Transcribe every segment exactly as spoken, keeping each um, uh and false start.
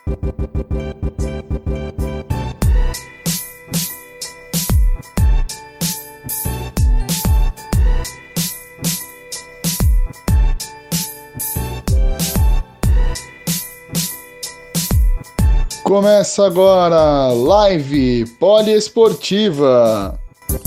Começa agora, Live Poliesportiva.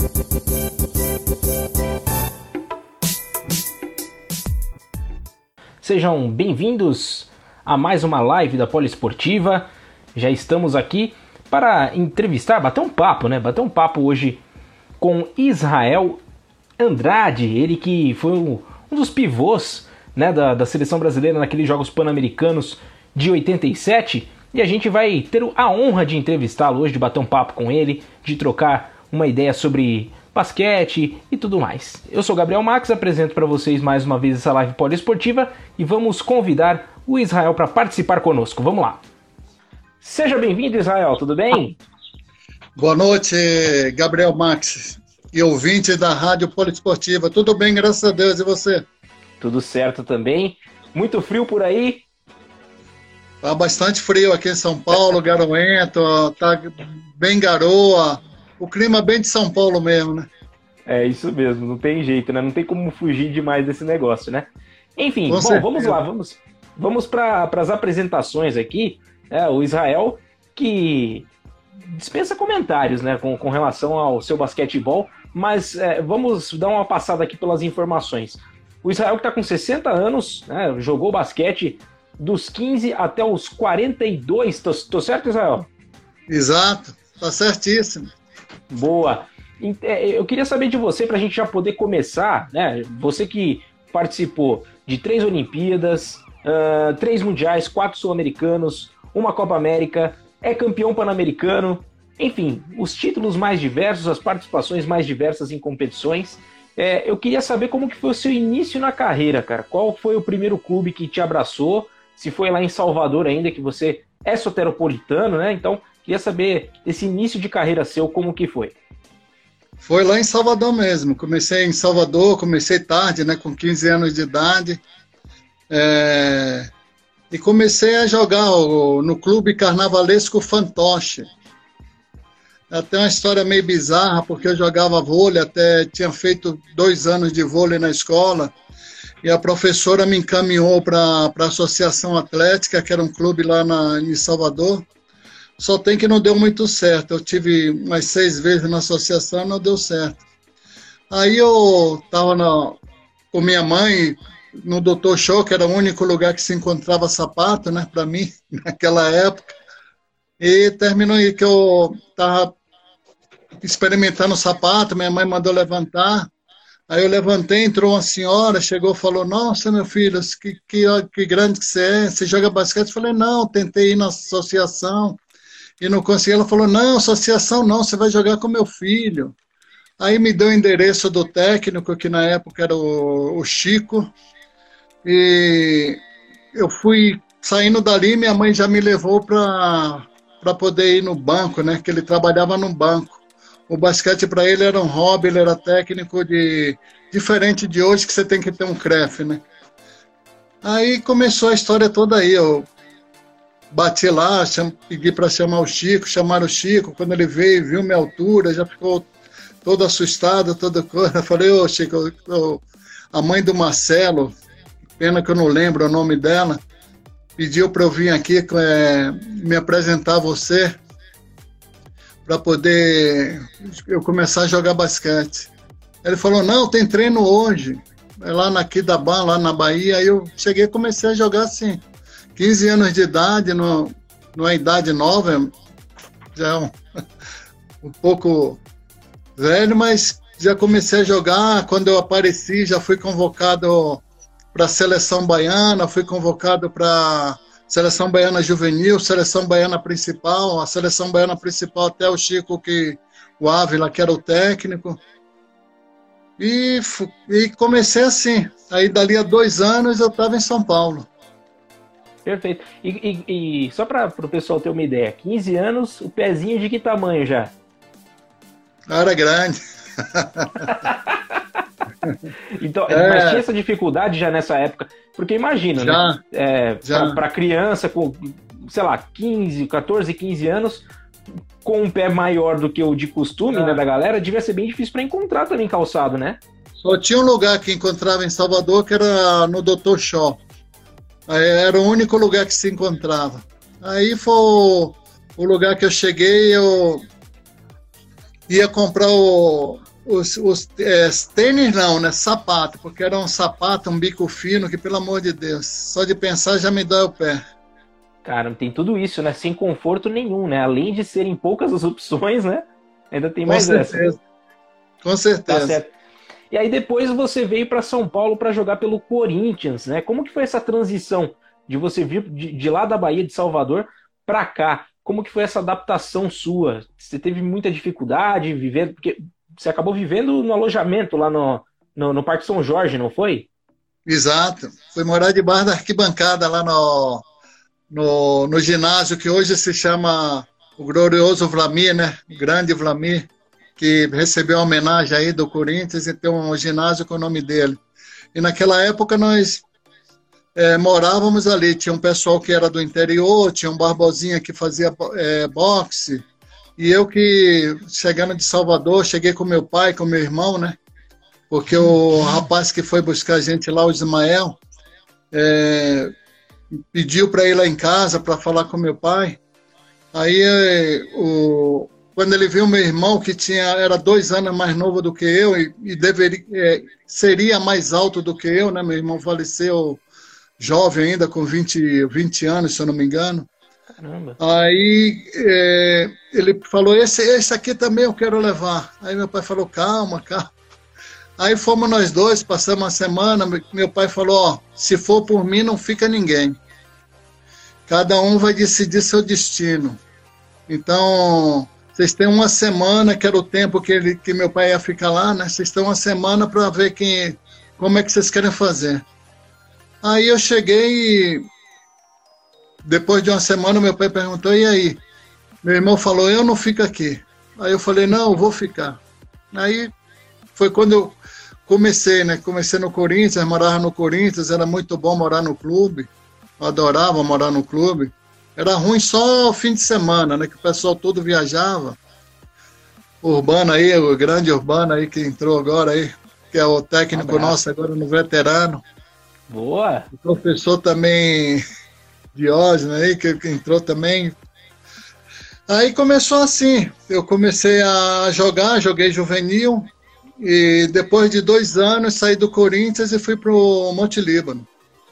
Sejam bem-vindos a mais uma live da Poliesportiva. Já estamos aqui para entrevistar, bater um papo, né? Bater um papo hoje com Israel Andrade, ele que foi um dos pivôs, né, da, da seleção brasileira naqueles Jogos Pan-Americanos de oitenta e sete. E a gente vai ter a honra de entrevistá-lo hoje, de bater um papo com ele, de trocar uma ideia sobre basquete e tudo mais. Eu sou Gabriel Max, apresento para vocês mais uma vez essa live poliesportiva e vamos convidar o Israel para participar conosco. Vamos lá. Seja bem-vindo, Israel, tudo bem? Boa noite, Gabriel Max e ouvinte da Rádio Poliesportiva. Tudo bem, graças a Deus, e você? Tudo certo também. Muito frio por aí? Tá bastante frio aqui em São Paulo, garoento, tá bem garoa, o clima bem de São Paulo mesmo, né? É isso mesmo, não tem jeito, né? Não tem como fugir demais desse negócio, né? Enfim, Com bom, certeza. vamos lá, vamos, vamos para as apresentações aqui. É, o Israel, que dispensa comentários, né, com, com relação ao seu basquetebol, mas é, vamos dar uma passada aqui pelas informações. O Israel que está com sessenta anos, né, jogou basquete dos quinze até os quarenta e dois, tô, tô certo, Israel? Exato, tá certíssimo. Boa. Eu queria saber de você, para a gente já poder começar, né? Você que participou de três Olimpíadas, uh, três Mundiais, quatro Sul-Americanos, uma Copa América, é campeão pan-americano, enfim, os títulos mais diversos, as participações mais diversas em competições. É, eu queria saber como que foi o seu início na carreira, cara. Qual foi o primeiro clube que te abraçou? Se foi lá em Salvador ainda, que você é soteropolitano, né? Então, queria saber esse início de carreira seu, como que foi? Foi lá em Salvador mesmo. Comecei em Salvador, comecei tarde, né? Com quinze anos de idade. É... E comecei a jogar no Clube Carnavalesco Fantoche. Até uma história meio bizarra, porque eu jogava vôlei, até tinha feito dois anos de vôlei na escola. E a professora me encaminhou para a Associação Atlética, que era um clube lá na, em Salvador. Só tem que não deu muito certo. Eu tive umas seis vezes na associação e não deu certo. Aí eu estava com minha mãe no doutor Show, que era o único lugar que se encontrava sapato, né, para mim, naquela época. E terminou aí que eu estava experimentando o sapato, minha mãe mandou levantar. Aí eu levantei, entrou uma senhora, chegou e falou, nossa, meu filho, que, que, que grande que você é, você joga basquete? Eu falei, não, tentei ir na associação e não consegui. Ela falou, não, associação não, você vai jogar com meu filho. Aí me deu o endereço do técnico, que na época era o, o Chico, e eu fui saindo dali, minha mãe já me levou para para poder ir no banco, né, que ele trabalhava no banco. O basquete para ele era um hobby, ele era técnico de... diferente de hoje, que você tem que ter um C R E F, né? Aí começou a história toda aí. Eu bati lá, cham... pedi para chamar o Chico, chamaram o Chico. Quando ele veio, viu minha altura, já ficou todo assustado, toda coisa. Eu falei, ô Chico, eu... Eu... a mãe do Marcelo, pena que eu não lembro o nome dela, pediu para eu vir aqui é... me apresentar a você, para poder eu começar a jogar basquete. Ele falou, não, tem treino hoje, é lá na Quidabá, lá na Bahia. Aí eu cheguei e comecei a jogar assim, quinze anos de idade, no, numa idade nova, já é um, um pouco velho, mas já comecei a jogar. Quando eu apareci, já fui convocado para a seleção baiana, fui convocado para Seleção Baiana Juvenil, Seleção Baiana Principal, a Seleção Baiana Principal até o Chico, que, o Ávila, que era o técnico. E, e comecei assim. Aí, dali a dois anos, eu estava em São Paulo. Perfeito. E, e, e só para o pessoal ter uma ideia, quinze anos, o pezinho de que tamanho já? Era grande. Então, é... Mas tinha essa dificuldade já nessa época, porque imagina, já, né? É, para criança, com sei lá, quinze, quatorze, quinze anos, com um pé maior do que o de costume, é. né, da galera, devia ser bem difícil para encontrar também calçado, né? Só tinha um lugar que encontrava em Salvador, que era no doutor Shaw. Aí era o único lugar que se encontrava. Aí foi o, o lugar que eu cheguei, eu ia comprar o, os, os é, tênis não, né, sapato, porque era um sapato, um bico fino, que pelo amor de Deus, só de pensar já me dói o pé. Cara, tem tudo isso, né, sem conforto nenhum, né, além de serem poucas as opções, né, ainda tem mais Com certeza. essa. Com certeza. Tá certo. E aí depois você veio para São Paulo para jogar pelo Corinthians, né? Como que foi essa transição de você vir de, de lá da Bahia, de Salvador, para cá? Como que foi essa adaptação sua? Você teve muita dificuldade vivendo, porque você acabou vivendo no alojamento lá no, no, no Parque São Jorge, não foi? Exato. Fui morar debaixo da arquibancada lá no, no, no ginásio que hoje se chama o glorioso Vlamir, né? O grande Vlamir, que recebeu a homenagem aí do Corinthians e tem um ginásio com o nome dele. E naquela época nós é, morávamos ali, tinha um pessoal que era do interior, tinha um Barbosinha que fazia é, boxe, e eu que, chegando de Salvador, cheguei com meu pai, com meu irmão, né? Porque o rapaz que foi buscar a gente lá, o Ismael, é, pediu para ir lá em casa para falar com meu pai. Aí o Quando ele viu meu irmão, que tinha, era dois anos mais novo do que eu e, e deveria, é, seria mais alto do que eu, né? Meu irmão faleceu jovem ainda, com vinte, vinte anos, se eu não me engano. Caramba. Aí é, ele falou, esse, esse aqui também eu quero levar. Aí meu pai falou, calma, calma. Aí fomos nós dois, passamos uma semana, meu pai falou, ó, se for por mim não fica ninguém. Cada um vai decidir seu destino. Então... Vocês têm uma semana, que era o tempo que, ele, que meu pai ia ficar lá, né? Vocês têm uma semana para ver quem, como é que vocês querem fazer. Aí eu cheguei e, depois de uma semana, meu pai perguntou, e aí? Meu irmão falou, eu não fico aqui. Aí eu falei, não, eu vou ficar. Aí foi quando eu comecei, né? Comecei no Corinthians, morava no Corinthians, era muito bom morar no clube. Eu adorava morar no clube. Era ruim só o fim de semana, né? Que o pessoal todo viajava. O Urbano aí, o grande Urbano aí que entrou agora aí, que é o técnico um nosso agora no veterano. Boa! O professor também, Diógenes aí, que, que entrou também. Aí começou assim, eu comecei a jogar, joguei juvenil, e depois de dois anos saí do Corinthians e fui pro Monte Líbano.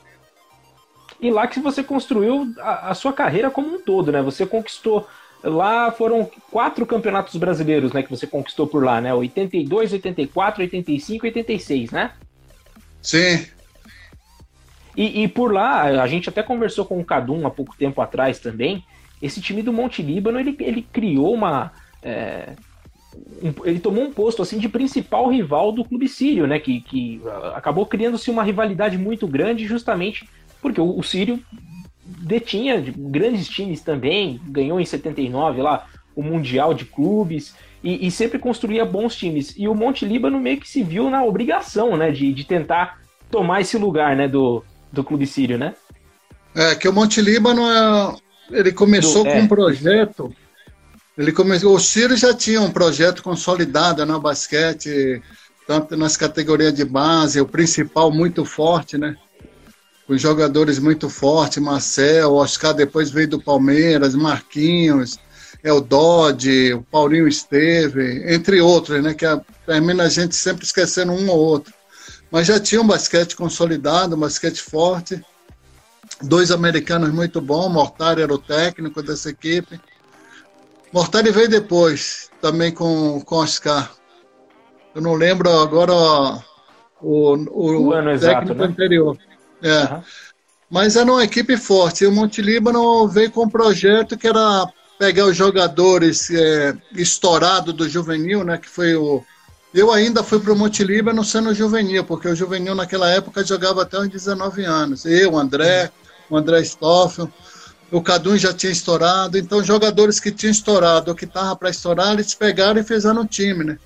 E lá que você construiu a, a sua carreira como um todo, né? Você conquistou, lá foram quatro campeonatos brasileiros, né? Que você conquistou por lá, né? oitenta e dois, oitenta e quatro, oitenta e cinco e oitenta e seis, né? Sim. E, e por lá, a gente até conversou com o Cadum há pouco tempo atrás também, esse time do Monte Líbano, ele, ele criou uma... É, um, ele tomou um posto assim de principal rival do Clube Sírio, né? Que, que acabou criando-se uma rivalidade muito grande justamente... Porque o, o Sírio detinha grandes times também, ganhou em setenta e nove lá o Mundial de Clubes e, e sempre construía bons times. E o Monte Líbano meio que se viu na obrigação, né, de, de tentar tomar esse lugar, né, do, do Clube Sírio, né? É, que o Monte Líbano, é, ele começou do, com é, um projeto, ele começou, o Sírio já tinha um projeto consolidado no basquete, tanto nas categorias de base, o principal muito forte, né? Com jogadores muito fortes, Marcel, Oscar depois veio do Palmeiras, Marquinhos, El Dodge, o Paulinho Esteve, entre outros, né, que a, termina a gente sempre esquecendo um ou outro. Mas já tinha um basquete consolidado, um basquete forte, dois americanos muito bons, Mortari era o técnico dessa equipe. Mortari veio depois, também com, com Oscar. Eu não lembro agora ó, o, o, o ano técnico exato, né? anterior. É. Uhum. Mas era uma equipe forte. E o Monte Líbano veio com um projeto que era pegar os jogadores é, estourados do juvenil, né? Que foi o. Eu ainda fui para o Monte Líbano sendo juvenil, porque o juvenil naquela época jogava até os dezenove anos. Eu, o André, o André Stoffel, o Cadum já tinha estourado. Então, jogadores que tinham estourado ou que estavam para estourar, eles pegaram e fizeram um time, né?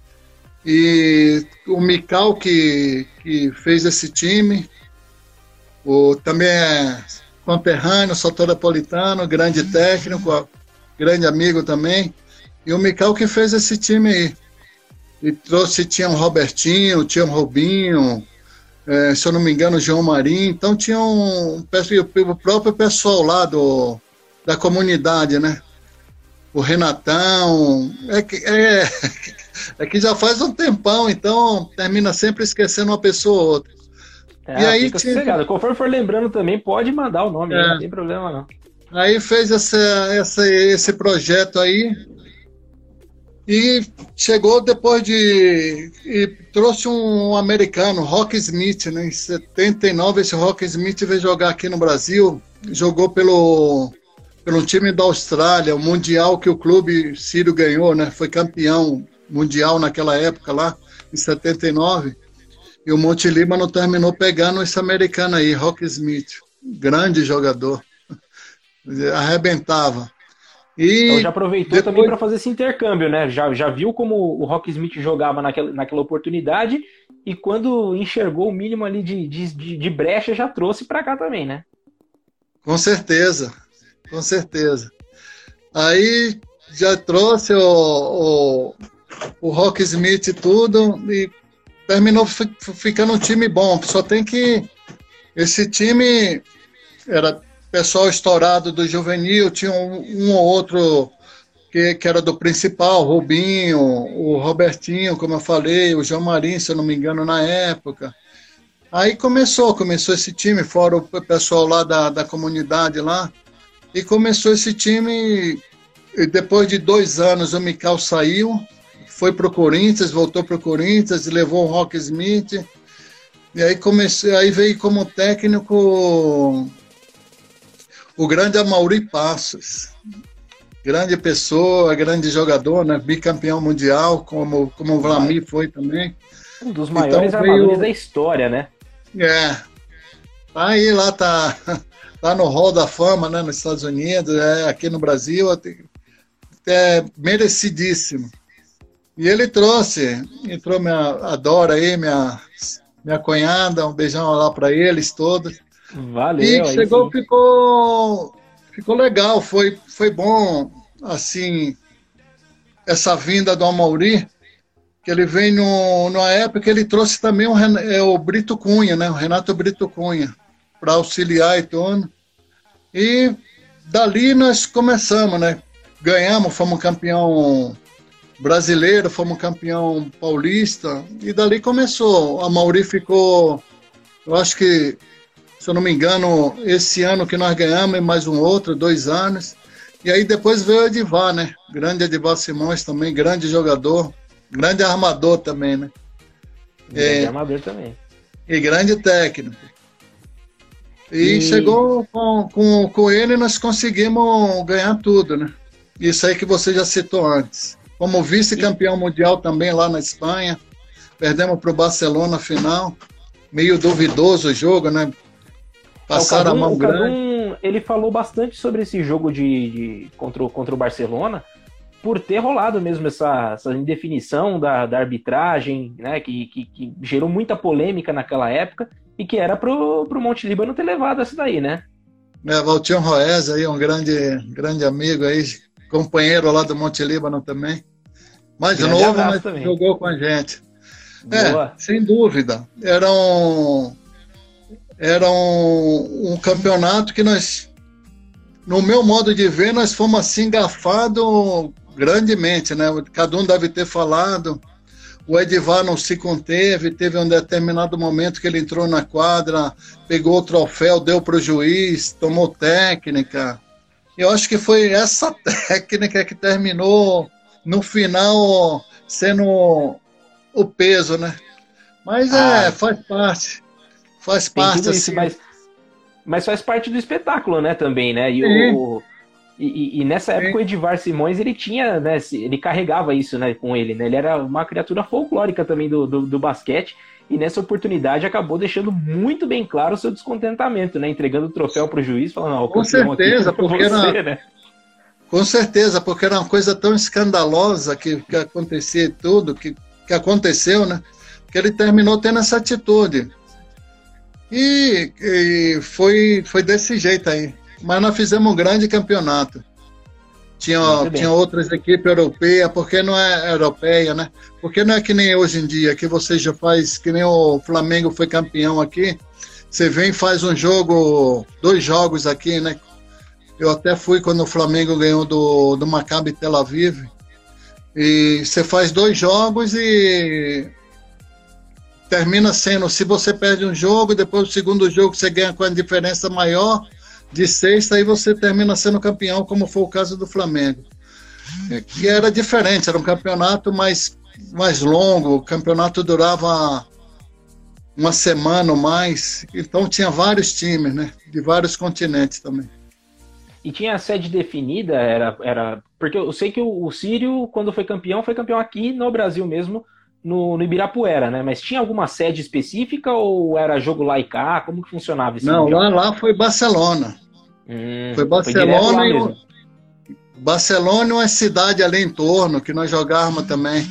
E o Mical que, que fez esse time. O, também é conterrâneo, soteropolitano, grande técnico, grande amigo também. E o Mical que fez esse time aí. E trouxe, tinha um Robertinho, tinha um Robinho, é, se eu não me engano, o João Marinho. Então tinha um, o próprio pessoal lá do, da comunidade, né? O Renatão. É que, é, é que já faz um tempão, então termina sempre esquecendo uma pessoa ou outra. É, e aí fica tinha... sossegado. Conforme for lembrando também, pode mandar o nome, É. aí, não tem problema não. Aí fez essa, essa, esse projeto aí e chegou depois de... e trouxe um americano, Rock Smith, né? Em setenta e nove esse Rock Smith veio jogar aqui no Brasil, jogou pelo, pelo time da Austrália, o Mundial que o clube Sírio ganhou, né? Foi campeão mundial naquela época lá, em setenta e nove. E o Monte Líbano terminou pegando esse americano aí, Rock Smith. Grande jogador. Arrebentava. E Então já aproveitou depois... também para fazer esse intercâmbio, né? Já, já viu como o Rock Smith jogava naquela, naquela oportunidade e quando enxergou o mínimo ali de, de, de brecha, já trouxe para cá também, né? Com certeza. Com certeza. Aí já trouxe o, o, o Rock Smith e tudo e terminou ficando um time bom. Só tem que... Esse time era pessoal estourado do juvenil, tinha um, um ou outro que, que era do principal, o Rubinho, o Robertinho, como eu falei, o João Marinho, se eu não me engano, na época. Aí começou, começou esse time, fora o pessoal lá da, da comunidade lá, e começou esse time, e depois de dois anos o Mical saiu, foi para o Corinthians, voltou para o Corinthians, levou o Rock Smith, e aí, comecei, aí veio como técnico o grande Amaury Passos, grande pessoa, grande jogador, né? Bicampeão mundial, como, como o Vlamir foi também. Um dos maiores então, armadores veio... da história, né? É, tá aí lá, tá, tá no Hall da Fama, né? Nos Estados Unidos, é, aqui no Brasil, é merecidíssimo. E ele trouxe, entrou minha a Dora aí, minha, minha cunhada, um beijão lá para eles todos. Valeu. E chegou, ficou, ficou legal, foi, foi bom, assim, essa vinda do Amaury, que ele vem no, numa época que ele trouxe também o, é, o Brito Cunha, né? O Renato Brito Cunha, para auxiliar e tudo. E dali nós começamos, né? Ganhamos, fomos campeão brasileiro, fomos campeão paulista, e dali começou. O Amaury ficou, eu acho que, se eu não me engano, esse ano que nós ganhamos, e mais um outro, dois anos. E aí depois veio o Edivar, né? Grande Edivar Simões também, grande jogador, grande armador também, né? Grande é, armador também. E grande técnico. E, e... chegou com, com, com ele, nós conseguimos ganhar tudo, né? Isso aí que você já citou antes. Como vice-campeão e... mundial também lá na Espanha. Perdemos para o Barcelona na final. Meio duvidoso o jogo, né? Passaram a mão grande. Cadum, ele falou bastante sobre esse jogo de, de, contra, o, contra o Barcelona, por ter rolado mesmo essa, essa indefinição da, da arbitragem, né, que, que, que gerou muita polêmica naquela época, e que era pro, pro Monte Líbano ter levado essa daí, né? É, Valtinho Roez aí, um grande, grande amigo aí, companheiro lá do Monte Líbano também. Mais grande novo, mas também. Jogou com a gente. Boa. É, sem dúvida. Era um... Era um, um campeonato que nós, no meu modo de ver, nós fomos assim engafados grandemente, né? Cada um deve ter falado. O Edivar não se conteve, teve um determinado momento que ele entrou na quadra, pegou o troféu, deu para o juiz, tomou técnica. Eu acho que foi essa técnica que terminou, no final, sendo o peso, né? Mas ah. é, faz parte. Faz parte, tudo isso, assim. mas, mas faz parte do espetáculo, né, também, né? E, o, e, e nessa época Sim. o Edivar Simões, ele tinha, né, ele carregava isso, né, com ele, né? Ele era uma criatura folclórica também do, do, do basquete, e nessa oportunidade acabou deixando muito bem claro o seu descontentamento, né? Entregando o troféu para o juiz, falando, ó, o com certeza, aqui porque você, era, né? Com certeza, porque era uma coisa tão escandalosa que, que acontecia e tudo, que, que aconteceu, né? Que ele terminou tendo essa atitude. E, e foi, foi desse jeito aí. Mas nós fizemos um grande campeonato. Tinha, tinha outras equipes europeias, porque não é europeia, né? Porque não é que nem hoje em dia, que você já faz, que nem o Flamengo foi campeão aqui, você vem e faz um jogo, dois jogos aqui, né? Eu até fui quando o Flamengo ganhou do, do Maccabi Tel Aviv, e você faz dois jogos e termina sendo, se você perde um jogo, depois do segundo jogo você ganha com a diferença maior, de sexta, aí você termina sendo campeão, como foi o caso do Flamengo. Que era diferente, era um campeonato mais, mais longo, o campeonato durava uma semana ou mais, então tinha vários times, né, de vários continentes também. E tinha a sede definida, era, era porque eu sei que o, o Sírio, quando foi campeão, foi campeão aqui no Brasil mesmo, no, no Ibirapuera, né? Mas tinha alguma sede específica ou era jogo lá e cá? Como que funcionava esse Não, mundial? lá, lá foi Barcelona. Hum, foi Barcelona foi e o, Barcelona e uma cidade ali em torno, que nós jogávamos também.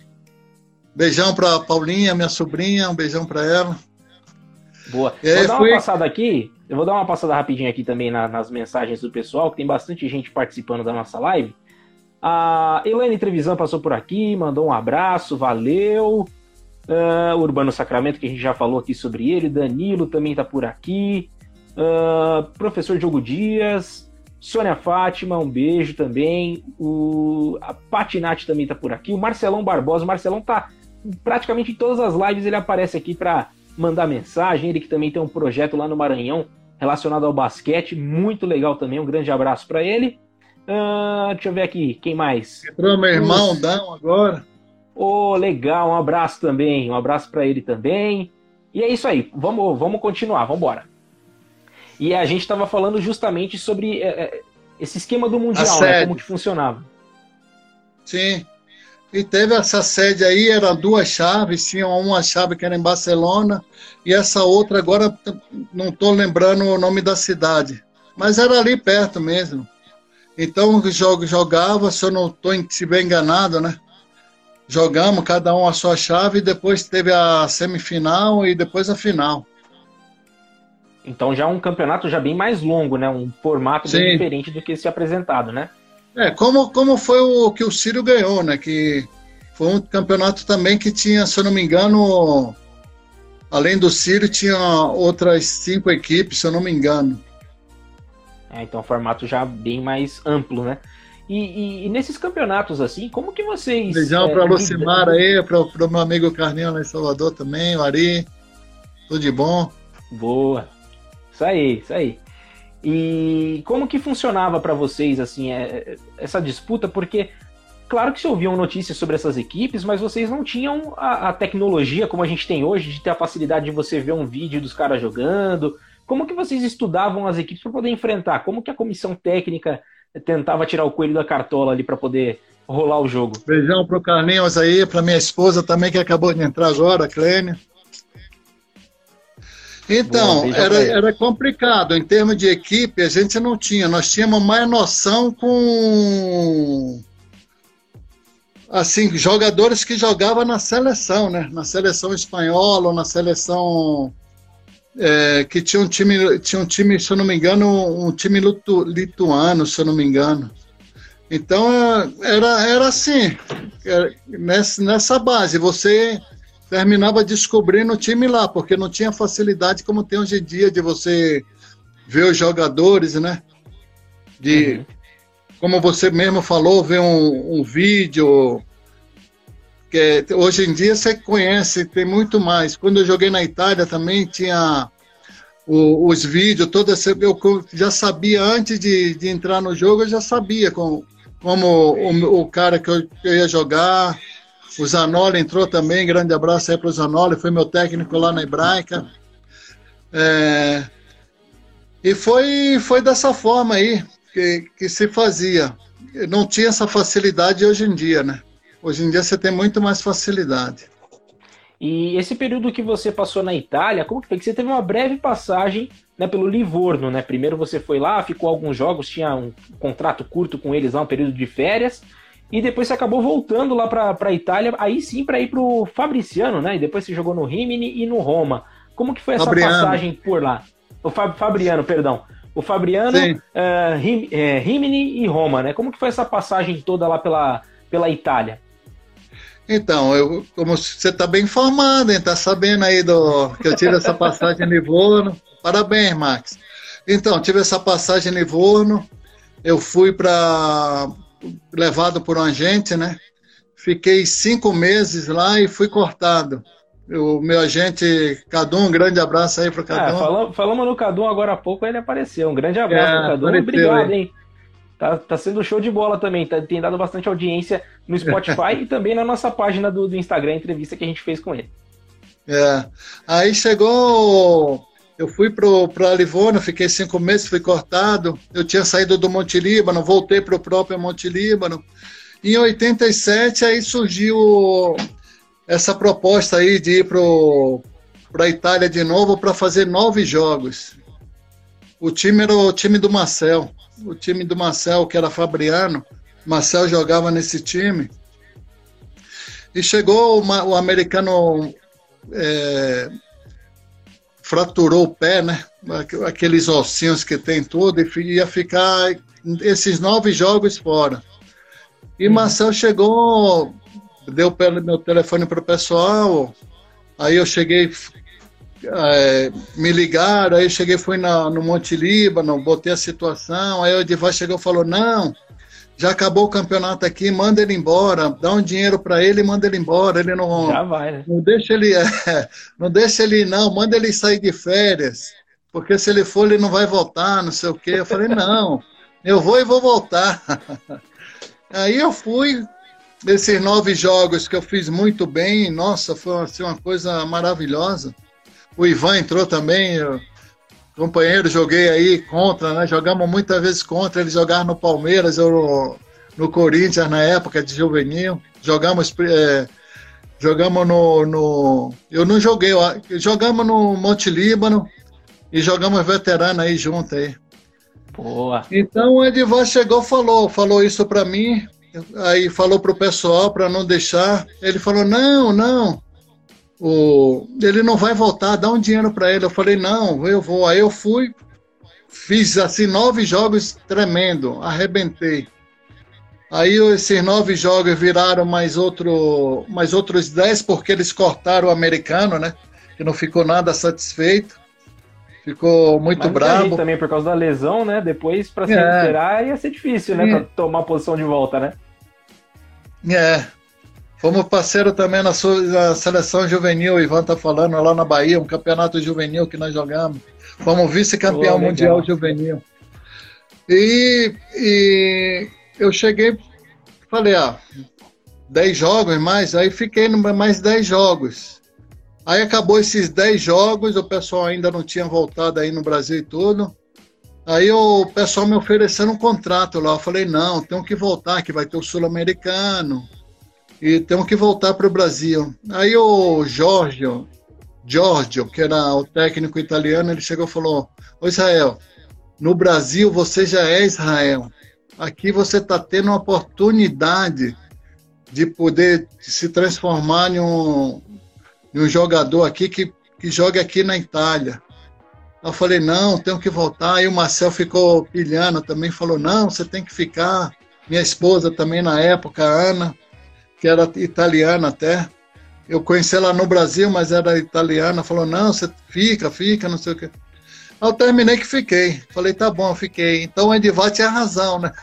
Beijão para Paulinha, minha sobrinha, um beijão para ela. Boa. E vou dar foi... uma passada aqui, eu vou dar uma passada rapidinho aqui também na, nas mensagens do pessoal, que tem bastante gente participando da nossa live. A Elaine Trevisan passou por aqui, mandou um abraço, valeu. Uh, Urbano Sacramento, que a gente já falou aqui sobre ele. Danilo também está por aqui. Uh, professor Diogo Dias. Sônia Fátima, um beijo também. O, a Patinati também está por aqui. O Marcelão Barbosa. O Marcelão está praticamente em todas as lives, ele aparece aqui para mandar mensagem. Ele que também tem um projeto lá no Maranhão relacionado ao basquete, muito legal também. Um grande abraço para ele. Uh, deixa eu ver aqui, quem mais? Entrou meu irmão, Dão, agora. Oh, legal, um abraço também, um abraço para ele também. E é isso aí, vamos, vamos continuar, vamos embora. E a gente estava falando justamente sobre é, esse esquema do Mundial, né, como que funcionava. Sim, e teve essa sede aí, eram duas chaves, tinha uma chave que era em Barcelona, e essa outra agora, não estou lembrando o nome da cidade, mas era ali perto mesmo. Então, jogava, se eu não estou estiver enganado, né? Jogamos cada um a sua chave, e depois teve a semifinal e depois a final. Então já um campeonato já bem mais longo, né? Um formato Sim. bem diferente do que esse apresentado, né? É, como, como foi o que o Sírio ganhou, né? Que foi um campeonato também que tinha, se eu não me engano, além do Sírio, tinha outras cinco equipes, se eu não me engano. É, então, formato já bem mais amplo, né? E, e, e nesses campeonatos, assim, como que vocês... Beijão é, para a Lucimar aí, para o meu amigo Carlinhos lá em Salvador também, o Ari, tudo de bom. Boa, isso aí, isso aí. E como que funcionava para vocês, assim, é, essa disputa? Porque, claro que se ouviam notícias sobre essas equipes, mas vocês não tinham a, a tecnologia como a gente tem hoje, de ter a facilidade de você ver um vídeo dos caras jogando. Como que vocês estudavam as equipes para poder enfrentar? Como que a comissão técnica tentava tirar o coelho da cartola ali para poder rolar o jogo? Beijão pro Carlinhos aí, para minha esposa também, que acabou de entrar agora, a Clênia. Então, Boa, era, era complicado. Em termos de equipe, a gente não tinha. Nós tínhamos mais noção com... assim, jogadores que jogavam na seleção, né? Na seleção espanhola ou na seleção... É, que tinha um time, tinha um time, se eu não me engano, um time litu, lituano, se eu não me engano. Então, era, era assim, era nessa, nessa base, você terminava descobrindo o time lá, porque não tinha facilidade como tem hoje em dia de você ver os jogadores, né? De, uhum. Como você mesmo falou, ver um, um vídeo... Que hoje em dia você conhece, tem muito mais. Quando eu joguei na Itália também tinha o, os vídeos, toda essa, eu já sabia antes de, de entrar no jogo, eu já sabia como, como o, o cara que eu, que eu ia jogar. O Zanoli entrou também, grande abraço aí para o Zanoli, foi meu técnico lá na Hebraica. É, e foi, foi dessa forma aí que, que se fazia. Não tinha essa facilidade hoje em dia, né? Hoje em dia você tem muito mais facilidade. E esse período que você passou na Itália, como que foi? Que você teve uma breve passagem, né, pelo Livorno, né? Primeiro você foi lá, ficou alguns jogos, tinha um contrato curto com eles lá, um período de férias, e depois você acabou voltando lá para a Itália, aí sim para ir para o Fabriciano, né? E depois você jogou no Rimini e no Roma. Como que foi essa Fabriano. passagem por lá? O Fab, Fabriano, perdão. O Fabriano, uh, Rim, é, Rimini e Roma, né? Como que foi essa passagem toda lá pela, pela Itália? Então, eu, como você está bem informado, está sabendo aí do, que eu tive essa passagem em Livorno. Parabéns, Max. Então, tive essa passagem em Livorno, eu fui para levado por um agente, né? Fiquei cinco meses lá e fui cortado. O meu agente, Cadu, um grande abraço aí pro Cadu. Ah, falamos, falamos no Cadu agora há pouco, ele apareceu. Um grande abraço É, pro Cadu. apareceu, Obrigado, hein? hein? Tá, tá sendo show de bola também. Tá, tem dado bastante audiência no Spotify e também na nossa página do, do Instagram, a entrevista que a gente fez com ele. É. Aí chegou. Eu fui para Livorno, fiquei cinco meses, fui cortado. Eu tinha saído do Monte Líbano, voltei para o próprio Monte Líbano. Em oitenta e sete, aí surgiu essa proposta aí de ir para a Itália de novo para fazer nove jogos. O time era o time do Marcel. O time do Marcel, que era Fabriano. Marcel jogava nesse time. E chegou uma, o americano... É, fraturou o pé, né? Aqueles ossinhos que tem tudo, e ia ficar esses nove jogos fora. E uhum. Marcel chegou, deu meu telefone para o pessoal, aí eu cheguei, é, me ligaram, aí eu cheguei, fui na, no Monte Líbano, botei a situação, aí o Edivar chegou e falou, não, já acabou o campeonato aqui, manda ele embora, dá um dinheiro para ele e manda ele embora, ele não... Já vai, né? Não deixa ele, é, não deixa ele não, manda ele sair de férias, porque se ele for ele não vai voltar, não sei o quê. Eu falei, não, eu vou e vou voltar. Aí eu fui, desses nove jogos que eu fiz muito bem, nossa, foi assim, uma coisa maravilhosa. O Ivan entrou também, eu, companheiro, joguei aí contra, né? Jogamos muitas vezes contra, ele jogava no Palmeiras, eu no, no Corinthians na época de juvenil, jogamos, é, jogamos no, no, eu não joguei, jogamos no Monte Líbano e jogamos veterano aí junto aí. Boa. Então o Edivar chegou, falou, falou isso para mim, aí falou pro pessoal para não deixar, ele falou, não, não, O, ele não vai voltar, dá um dinheiro para ele. Eu falei, não, eu vou. Aí eu fui, fiz assim nove jogos tremendo, arrebentei. Aí esses nove jogos viraram mais, outro, mais outros dez, porque eles cortaram o americano, né? Que não ficou nada satisfeito. Ficou muito Mas brabo. também por causa da lesão, né? Depois, para se é. recuperar, ia ser difícil, né? É. Para tomar a posição de volta, né? É. Fomos parceiro também na, sua, na seleção juvenil, o Ivan tá falando, lá na Bahia, um campeonato juvenil que nós jogamos. Fomos vice-campeão oh, mundial juvenil. E, e eu cheguei, falei, ah, dez jogos mais, aí fiquei no mais dez jogos. Aí acabou esses dez jogos, o pessoal ainda não tinha voltado aí no Brasil e tudo. Aí o pessoal me oferecendo um contrato lá. Eu falei, não, tenho que voltar, que vai ter o Sul-Americano. E temos que voltar para o Brasil. Aí o Giorgio, Giorgio, que era o técnico italiano, ele chegou e falou, ô Israel, no Brasil você já é Israel. Aqui você está tendo uma oportunidade de poder se transformar em um, em um jogador aqui que, que joga aqui na Itália. Eu falei, não, tenho que voltar. Aí o Marcel ficou pilhando também, falou, não, você tem que ficar. Minha esposa também na época, a Ana, que era italiana até. Eu conheci ela no Brasil, mas era italiana. Falou, não, você fica, fica, não sei o quê. Aí eu terminei que fiquei. Falei, tá bom, fiquei. Então o Edivar tinha razão, né?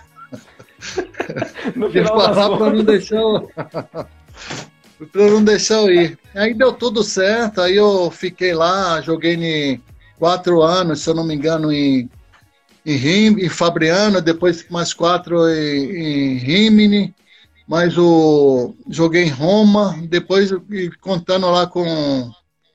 No final das falar para não deixar eu... para não deixar eu ir. Aí deu tudo certo, aí eu fiquei lá, joguei em quatro anos, se eu não me engano, em, em, Rim, em Fabriano, depois mais quatro em, em Rimini. Mas o joguei em Roma, depois e contando lá com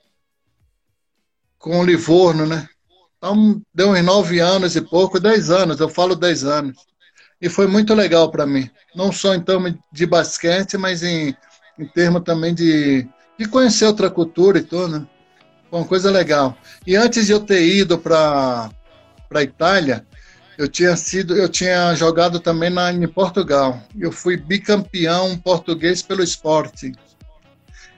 com o Livorno, né? Então deu uns nove anos e pouco, dez anos, eu falo dez anos. E foi muito legal para mim. Não só em termos de basquete, mas em, em termos também de, de conhecer outra cultura e tudo, né? Foi uma coisa legal. E antes de eu ter ido para para Itália, Eu tinha sido, eu tinha jogado também na, em Portugal. Eu fui bicampeão português pelo Sporting.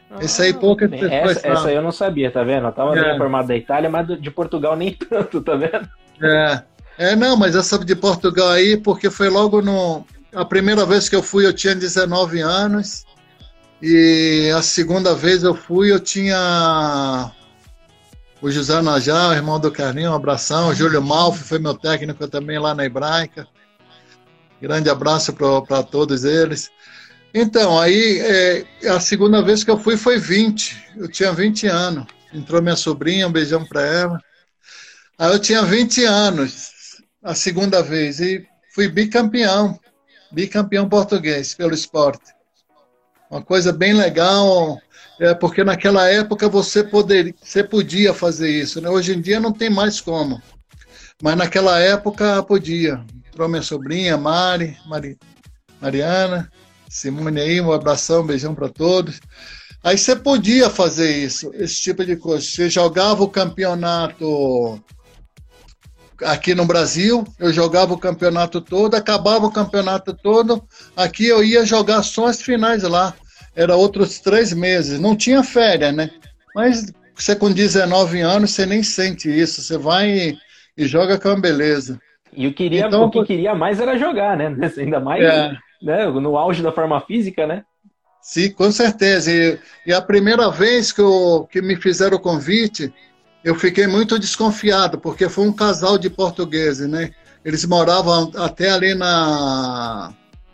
Esse aí pouca pessoas essa, essa eu não sabia, tá vendo? Eu tava é. bem informado da Itália, mas de Portugal nem tanto, tá vendo? É, é não, mas essa de Portugal aí, porque foi logo no... A primeira vez que eu fui eu tinha dezenove anos, e a segunda vez eu fui eu tinha o José Najá, o irmão do Carlinho, um abração, o Júlio Malfi foi meu técnico também lá na Hebraica. Grande abraço para todos eles. Então, aí, é, a segunda vez que eu fui foi vinte. Eu tinha vinte anos. Entrou minha sobrinha, um beijão para ela. Aí eu tinha vinte anos, a segunda vez, e fui bicampeão. Bicampeão português pelo esporte. Uma coisa bem legal, é, porque naquela época você, poderia, você podia fazer isso, né? Hoje em dia não tem mais como. Mas naquela época podia. Entrou minha sobrinha, Mari, Mari Mariana... Simone aí, um abração, um beijão para todos. Aí você podia fazer isso, esse tipo de coisa. Você jogava o campeonato aqui no Brasil, eu jogava o campeonato todo, acabava o campeonato todo, aqui eu ia jogar só as finais lá. Era outros três meses, não tinha férias, né? Mas você com dezenove anos, você nem sente isso, você vai e, e joga com a beleza. E eu queria, então, o que queria mais era jogar, né? Ainda mais... É. Né, no auge da forma física, né? Sim, com certeza. E, e a primeira vez que, eu, que me fizeram o convite, eu fiquei muito desconfiado, porque foi um casal de portugueses, né? Eles moravam até ali na...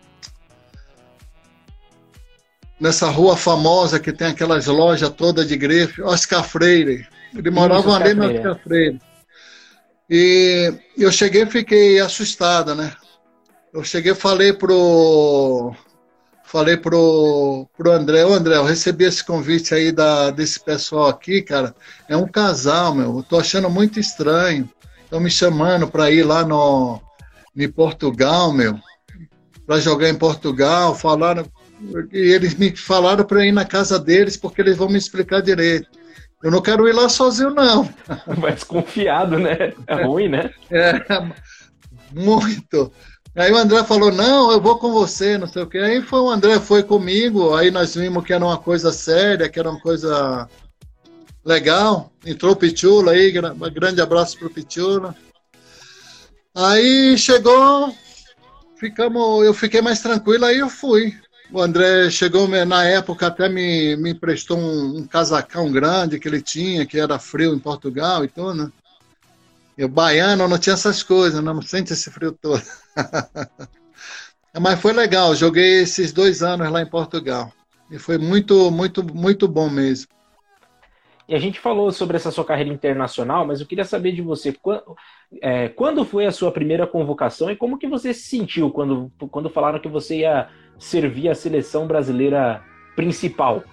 nessa rua famosa que tem aquelas lojas todas de grife, Oscar Freire. Eles moravam ali no Oscar Freire. E eu cheguei e fiquei assustado, né? Eu cheguei e falei pro, falei pro, pro André, ô André, eu recebi esse convite aí da, desse pessoal aqui, cara, é um casal, meu, eu tô achando muito estranho, estão me chamando para ir lá no, em Portugal, meu, para jogar em Portugal, falaram, e eles me falaram para ir na casa deles, porque eles vão me explicar direito. Eu não quero ir lá sozinho, não. Vai desconfiado, né? É ruim, né? É, muito. Aí o André falou, não, eu vou com você, não sei o quê. Aí foi, o André foi comigo, aí nós vimos que era uma coisa séria, que era uma coisa legal. Entrou o Pichula aí, um grande abraço pro Pichula. Aí chegou, ficamos, eu fiquei mais tranquilo, aí eu fui. O André chegou, na época até me, me emprestou um, um casacão grande que ele tinha, que era frio em Portugal e tudo, né? Eu, baiano, não tinha essas coisas, não sente esse frio todo. Mas foi legal, joguei esses dois anos lá em Portugal. E foi muito, muito, muito bom mesmo. E a gente falou sobre essa sua carreira internacional, mas eu queria saber de você, quando, é, quando foi a sua primeira convocação e como que você se sentiu quando, quando falaram que você ia servir a seleção brasileira principal?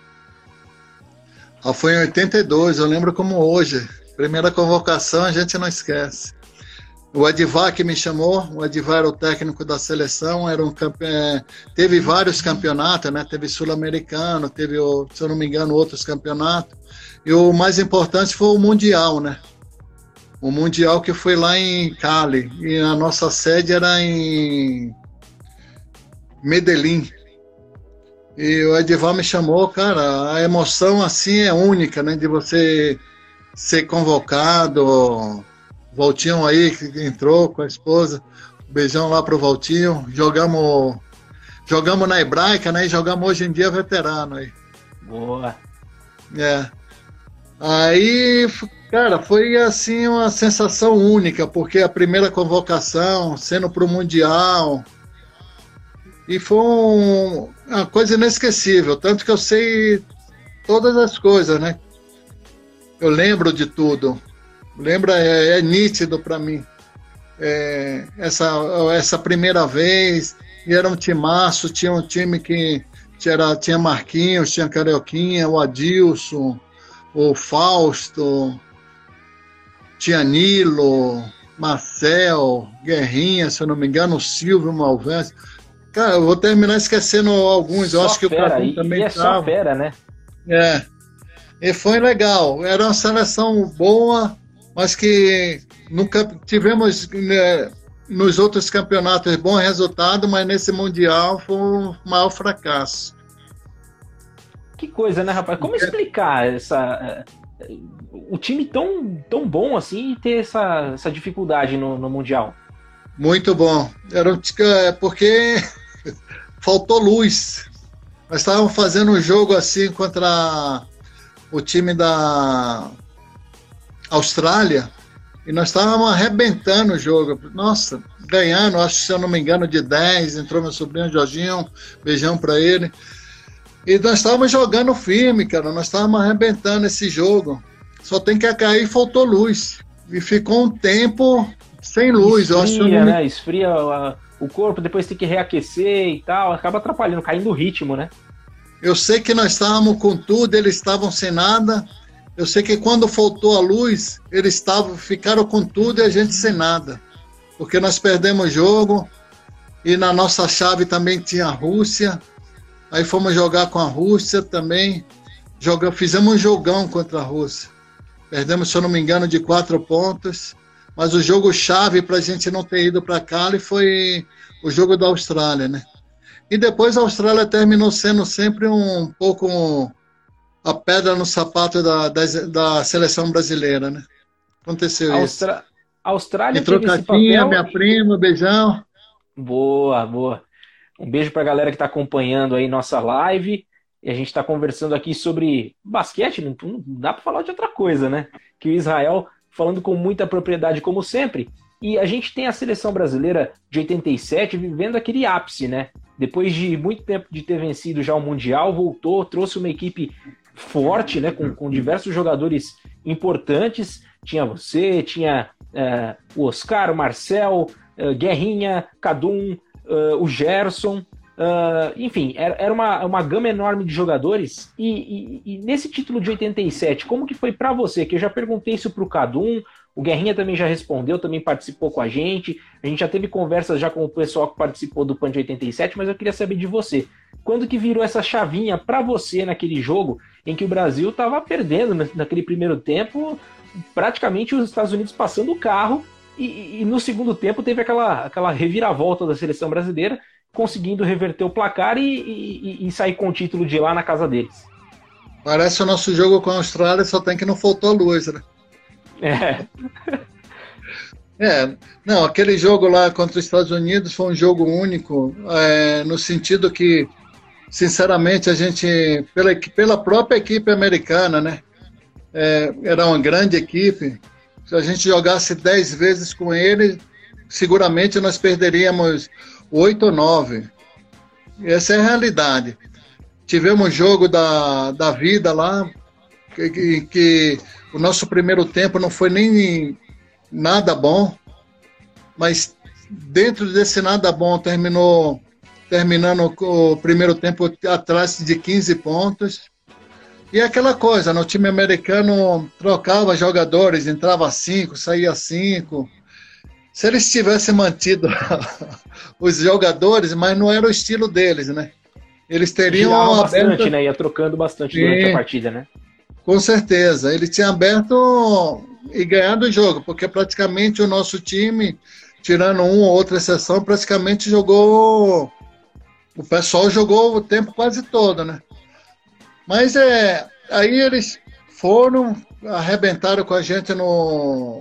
Ah, foi em oitenta e dois, eu lembro como hoje. Primeira convocação a gente não esquece. O Adivá que me chamou, o Adivá era o técnico da seleção, era um campe... teve vários campeonatos, né? Teve sul-americano, teve, se eu não me engano, outros campeonatos. E o mais importante foi o Mundial, né? O Mundial que foi lá em Cali. E a nossa sede era em Medellín. E o Edivar me chamou, cara, a emoção assim é única, né? De você ser convocado. O Valtinho aí que entrou com a esposa. Beijão lá pro Valtinho. Jogamos, jogamos na Hebraica, né? E jogamos hoje em dia veterano aí. Boa. É. Aí, cara, foi assim uma sensação única, porque a primeira convocação, sendo pro Mundial, e foi um, uma coisa inesquecível, tanto que eu sei todas as coisas, né? Eu lembro de tudo. Lembra, é, é nítido para mim. É, essa, essa primeira vez, e era um timaço, tinha um time que tinha, tinha Marquinhos, tinha Carioquinha, o Adilson, o Fausto, tinha Nilo, Marcel, Guerrinha, se eu não me engano, o Silvio Malvence. Cara, eu vou terminar esquecendo alguns, eu só acho que fera, o Catum também e é tava. Só fera, né? É, e foi legal, era uma seleção boa, mas que nunca tivemos, né, nos outros campeonatos bom resultado, mas nesse Mundial foi um maior fracasso. Que coisa, né, rapaz? Como explicar essa... o time tão, tão bom assim e ter essa, essa dificuldade no, no Mundial? Muito bom. Era um, porque faltou luz. Nós estávamos fazendo um jogo assim contra o time da Austrália e nós estávamos arrebentando o jogo. Nossa, ganhando, acho que se eu não me engano, de dez. Entrou meu sobrinho Jorginho, beijão para ele. E nós estávamos jogando firme, cara. Nós estávamos arrebentando esse jogo. Só tem que cair e faltou luz. E ficou um tempo sem luz. Esfria, eu acho que não... né? Esfria a, o corpo, depois tem que reaquecer e tal. Acaba atrapalhando, caindo o ritmo, né? Eu sei que nós estávamos com tudo, eles estavam sem nada. Eu sei que quando faltou a luz, eles estavam, ficaram com tudo e a gente sem nada. Porque nós perdemos o jogo. E na nossa chave também tinha a Rússia. Aí fomos jogar com a Rússia também. Joga, fizemos um jogão contra a Rússia. Perdemos, se eu não me engano, de quatro pontos. Mas o jogo-chave para a gente não ter ido para Cali foi o jogo da Austrália, né? E depois a Austrália terminou sendo sempre um pouco a pedra no sapato da, da, da seleção brasileira, né? Aconteceu Austra... isso. A Austrália Entrou teve esse Catinha, papel... minha prima, beijão. Boa, boa. Um beijo para a galera que está acompanhando aí nossa live. E a gente está conversando aqui sobre basquete, não, não dá para falar de outra coisa, né? Que o Israel falando com muita propriedade, como sempre. E a gente tem a seleção brasileira de oitenta e sete vivendo aquele ápice, né? Depois de muito tempo de ter vencido já o Mundial, voltou, trouxe uma equipe forte, né? Com, com diversos jogadores importantes. Tinha você, tinha é, o Oscar, o Marcel, é, Guerrinha, Kadum, é, o Gerson. Uh, enfim, era, era uma, uma gama enorme de jogadores. E, e, e nesse título de oitenta e sete, como que foi para você? Que eu já perguntei isso pro Kadum, o Guerrinha também já respondeu, também participou com a gente. A gente já teve conversas já com o pessoal que participou do PAN de oitenta e sete, mas eu queria saber de você. Quando que virou essa chavinha para você naquele jogo em que o Brasil estava perdendo naquele primeiro tempo, praticamente os Estados Unidos passando o carro, e, e no segundo tempo teve aquela, aquela reviravolta da seleção brasileira, conseguindo reverter o placar e, e, e sair com o título de lá na casa deles. Parece o nosso jogo com a Austrália, só tem que não faltou luz, né? É. É, não, aquele jogo lá contra os Estados Unidos foi um jogo único, é, no sentido que, sinceramente, a gente, pela, pela própria equipe americana, né? É, era uma grande equipe. Se a gente jogasse dez vezes com ele, seguramente nós perderíamos oito ou nove. Essa é a realidade. Tivemos jogo da, da vida lá, que, que, que o nosso primeiro tempo não foi nem nada bom, mas dentro desse nada bom terminou terminando o primeiro tempo atrás de quinze pontos. E aquela coisa, no time americano trocava jogadores, entrava cinco, saía cinco. Se eles tivessem mantido os jogadores, mas não era o estilo deles, né? Eles teriam Girava aberto... bastante, né? Ia trocando bastante Sim, durante a partida, né? Com certeza. Ele tinha aberto e ganhado o jogo, porque praticamente o nosso time, tirando uma ou outra exceção, praticamente jogou... O pessoal jogou o tempo quase todo, né? Mas é... aí eles foram, arrebentaram com a gente no...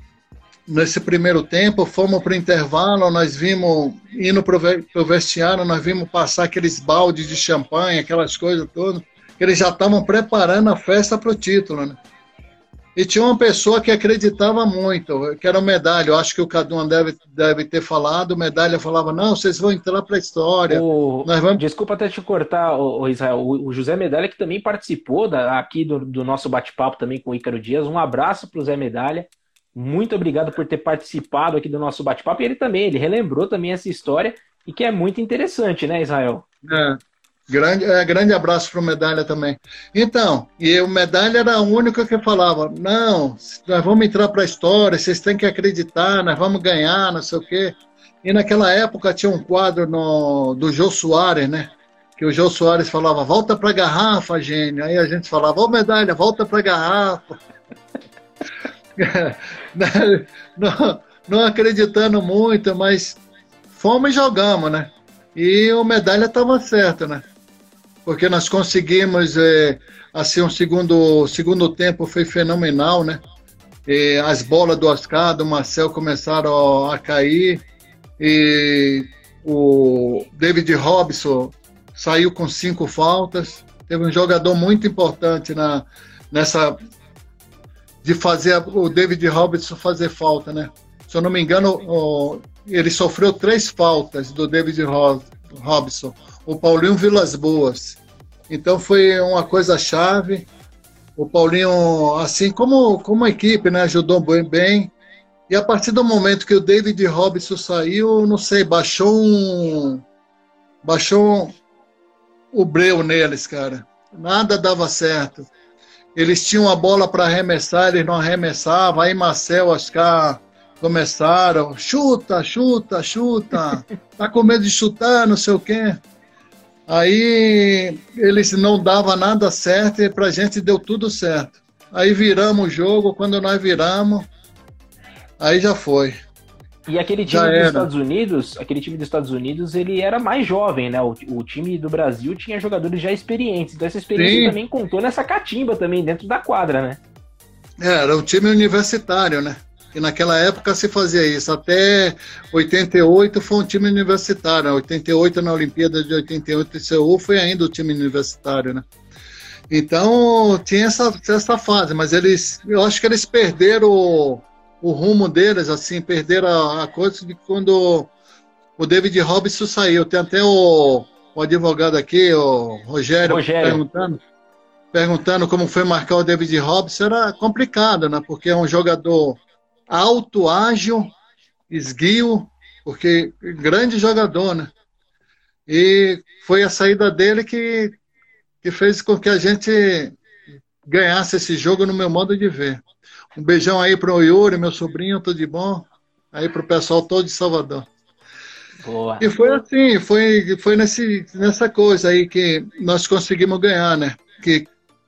Nesse primeiro tempo, fomos para o intervalo, nós vimos, indo para o vestiário, nós vimos passar aqueles baldes de champanhe, aquelas coisas todas, que eles já estavam preparando a festa para o título, né? E tinha uma pessoa que acreditava muito, que era o Medalha, eu acho que o Kadum deve, deve ter falado, o Medalha falava, não, vocês vão entrar para a história. O... Nós vamos... Desculpa até te cortar, o, o Israel, o, o José Medalha, que também participou da, aqui do, do nosso bate-papo também com o Ícaro Dias, um abraço para o Zé Medalha. Muito obrigado por ter participado aqui do nosso bate-papo. E ele também, ele relembrou também essa história e que é muito interessante, né, Israel? É, grande, é, grande abraço para o Medalha também. Então, e o Medalha era o único que falava, não, nós vamos entrar para a história, vocês têm que acreditar, nós vamos ganhar, não sei o quê. E naquela época tinha um quadro no, do Jô Soares, né? Que o Jô Soares falava, volta para a garrafa, gênio. Aí a gente falava, ô Medalha, volta para a garrafa. Não, não acreditando muito, mas fomos e jogamos, né? E o Medalha estava certo, né? porque nós conseguimos, é, assim, um segundo, segundo tempo foi fenomenal, né? E as bolas do Oscar, do Marcel começaram a cair, e o David Robson saiu com cinco faltas. Teve um jogador muito importante na, nessa, de fazer o David Robson fazer falta, né? Se eu não me engano, o, ele sofreu três faltas do David Robson, o Paulinho Vilas Boas. Então foi uma coisa chave. O Paulinho, assim como, como a equipe, né, ajudou bem, bem. E a partir do momento que o David Robson saiu, não sei, baixou um... Baixou o breu neles, cara. Nada dava certo. Eles tinham a bola para arremessar, eles não arremessavam. Aí Marcel, Oscar começaram. Chuta, chuta, chuta. Tá com medo de chutar, não sei o quê. Aí eles não davam nada certo e pra gente deu tudo certo. Aí viramos o jogo, quando nós viramos, aí já foi. E aquele time dos Estados Unidos, aquele time dos Estados Unidos, ele era mais jovem, né? O, o time do Brasil tinha jogadores já experientes. Então essa experiência Sim. também contou nessa catimba também dentro da quadra, né? Era um time universitário, né? E naquela época se fazia isso. Até oitenta e oito foi um time universitário. oitenta e oito na Olimpíada de oitenta e oito em Seul foi ainda o time universitário, né? Então tinha essa, essa fase, mas eles, eu acho que eles perderam o, o rumo deles, assim, perderam a, a coisa de quando o David Robson saiu. Tem até o, o advogado aqui, o Rogério, Rogério. perguntando, perguntando como foi marcar o David Robson. Era complicado, né? Porque é um jogador alto, ágil, esguio, porque grande jogador, né? E foi a saída dele que, que fez com que a gente ganhasse esse jogo no meu modo de ver. Um beijão aí pro Yuri, meu sobrinho, tudo de bom. Aí pro pessoal todo de Salvador. Boa. E foi assim, foi, foi nesse, nessa coisa aí que nós conseguimos ganhar, né? Que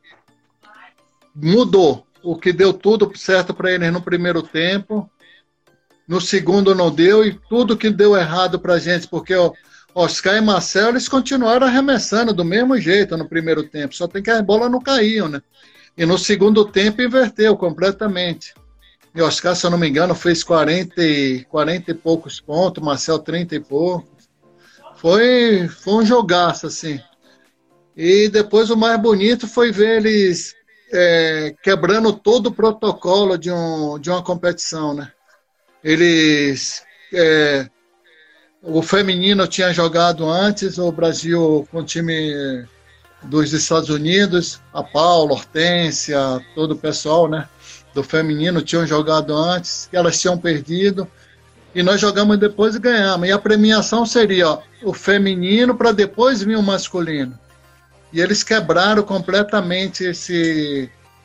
mudou. O que deu tudo certo para eles no primeiro tempo, no segundo não deu, e tudo que deu errado para a gente, porque o Oscar e Marcel, eles continuaram arremessando do mesmo jeito no primeiro tempo, só tem que as bolas não caíam, né? E no segundo tempo inverteu completamente. E o Oscar, se eu não me engano, fez quarenta e, quarenta e poucos pontos, Marcel trinta e poucos. Foi, foi um jogaço, assim. E depois o mais bonito foi ver eles... É, quebrando todo o protocolo de, um, de uma competição, né? Eles... É, o feminino tinha jogado antes, o Brasil com o time dos Estados Unidos, a Paula, a Hortência, todo o pessoal, né, do feminino tinham jogado antes, que elas tinham perdido, e nós jogamos depois e ganhamos. E a premiação seria, ó, o feminino para depois vir o masculino. E eles quebraram completamente esse,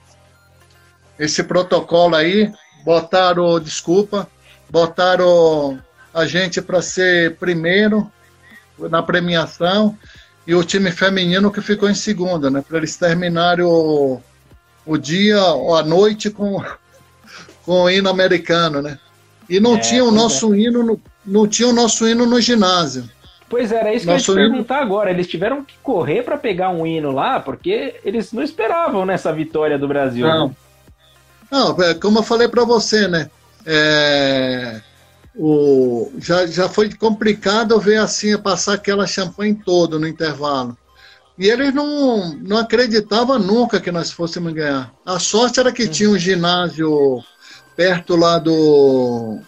esse protocolo aí, botaram, desculpa, botaram a gente para ser primeiro na premiação e o time feminino que ficou em segunda, né? Para eles terminarem o, o dia, a noite com, com o hino americano, né? E não é, tinha o nosso é. hino, no, não tinha o nosso hino no ginásio. Pois é, era isso que Nosso eu ia te perguntar hino... agora. Eles tiveram que correr para pegar um hino lá, porque eles não esperavam nessa vitória do Brasil. Não, né? não como eu falei para você, né? É... O... Já, já foi complicado ver assim, passar aquela champanhe toda no intervalo. E eles não, não acreditavam nunca que nós fôssemos ganhar. A sorte era que hum. tinha um ginásio perto lá do...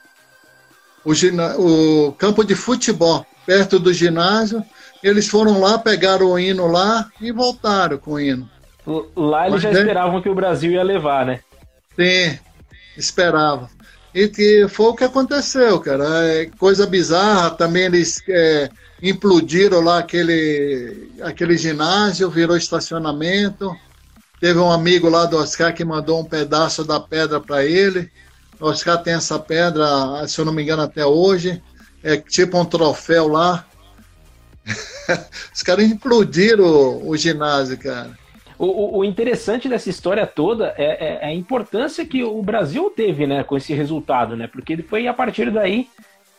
O, gina... o campo de futebol. Perto do ginásio, eles foram lá, pegaram o hino lá e voltaram com o hino. Lá eles Mas, já né? esperavam que o Brasil ia levar, né? Sim, esperava. E que foi o que aconteceu, cara. É coisa bizarra, também eles é, implodiram lá aquele, aquele ginásio, virou estacionamento. Teve um amigo lá do Oscar que mandou um pedaço da pedra para ele. O Oscar tem essa pedra, se eu não me engano, até hoje. É tipo um troféu lá. Os caras implodiram o, o ginásio, cara. O, o, o interessante dessa história toda é, é a importância que o Brasil teve, né, com esse resultado, né? Porque foi a partir daí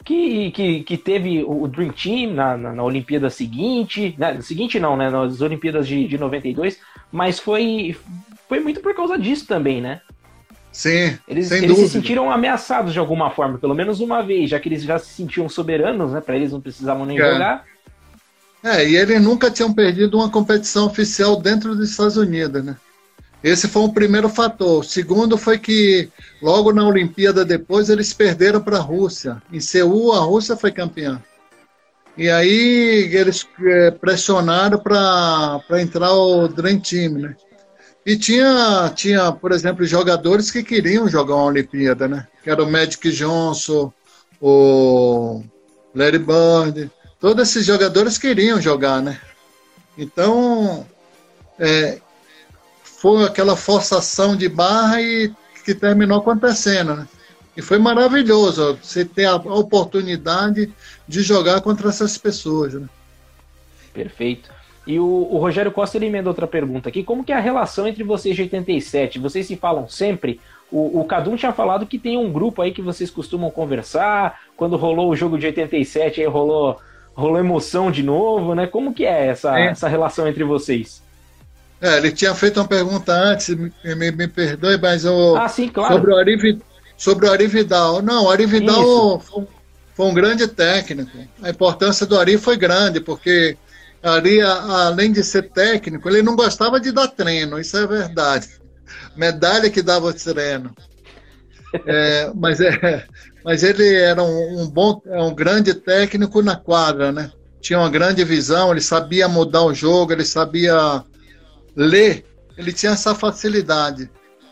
que, que, que teve o Dream Team na, na, na Olimpíada seguinte, né, seguinte não, né, nas Olimpíadas de, de noventa e dois, mas foi, foi muito por causa disso também, né? Sim, eles, sem eles dúvida. se sentiram ameaçados de alguma forma, pelo menos uma vez, já que eles já se sentiam soberanos, né, para eles não precisavam nem é. jogar. É, e eles nunca tinham perdido uma competição oficial dentro dos Estados Unidos, né? Esse foi o primeiro fator. O segundo foi que, logo na Olimpíada depois, eles perderam para a Rússia. Em Seul, a Rússia foi campeã. E aí eles é, pressionaram para entrar o Dream Team, né? E tinha, tinha, por exemplo, jogadores que queriam jogar uma Olimpíada, né? Que era o Magic Johnson, o Larry Bird. Todos esses jogadores queriam jogar, né? Então, é, foi aquela forçação de barra e que terminou acontecendo, né? E foi maravilhoso você ter a oportunidade de jogar contra essas pessoas, né? Perfeito. E o, o Rogério Costa, ele emenda outra pergunta aqui. Como que é a relação entre vocês de oitenta e sete? Vocês se falam sempre? O, o Cadum tinha falado que tem um grupo aí que vocês costumam conversar. Quando rolou o jogo de oitenta e sete, aí rolou, rolou emoção de novo, né? Como que é essa, é. essa relação entre vocês? É, ele tinha feito uma pergunta antes, me, me, me perdoe, mas eu, ah, sim, claro. sobre, o Ari, sobre o Ari Vidal. Não, o Ari Vidal foi, foi um grande técnico. A importância do Ari foi grande, porque Ari, além de ser técnico, ele não gostava de dar treino, isso é verdade. Medalha que dava treino. É, mas, é, mas ele era um, um bom, um grande técnico na quadra, né? Tinha uma grande visão, ele sabia mudar o jogo, ele sabia ler, ele tinha essa facilidade.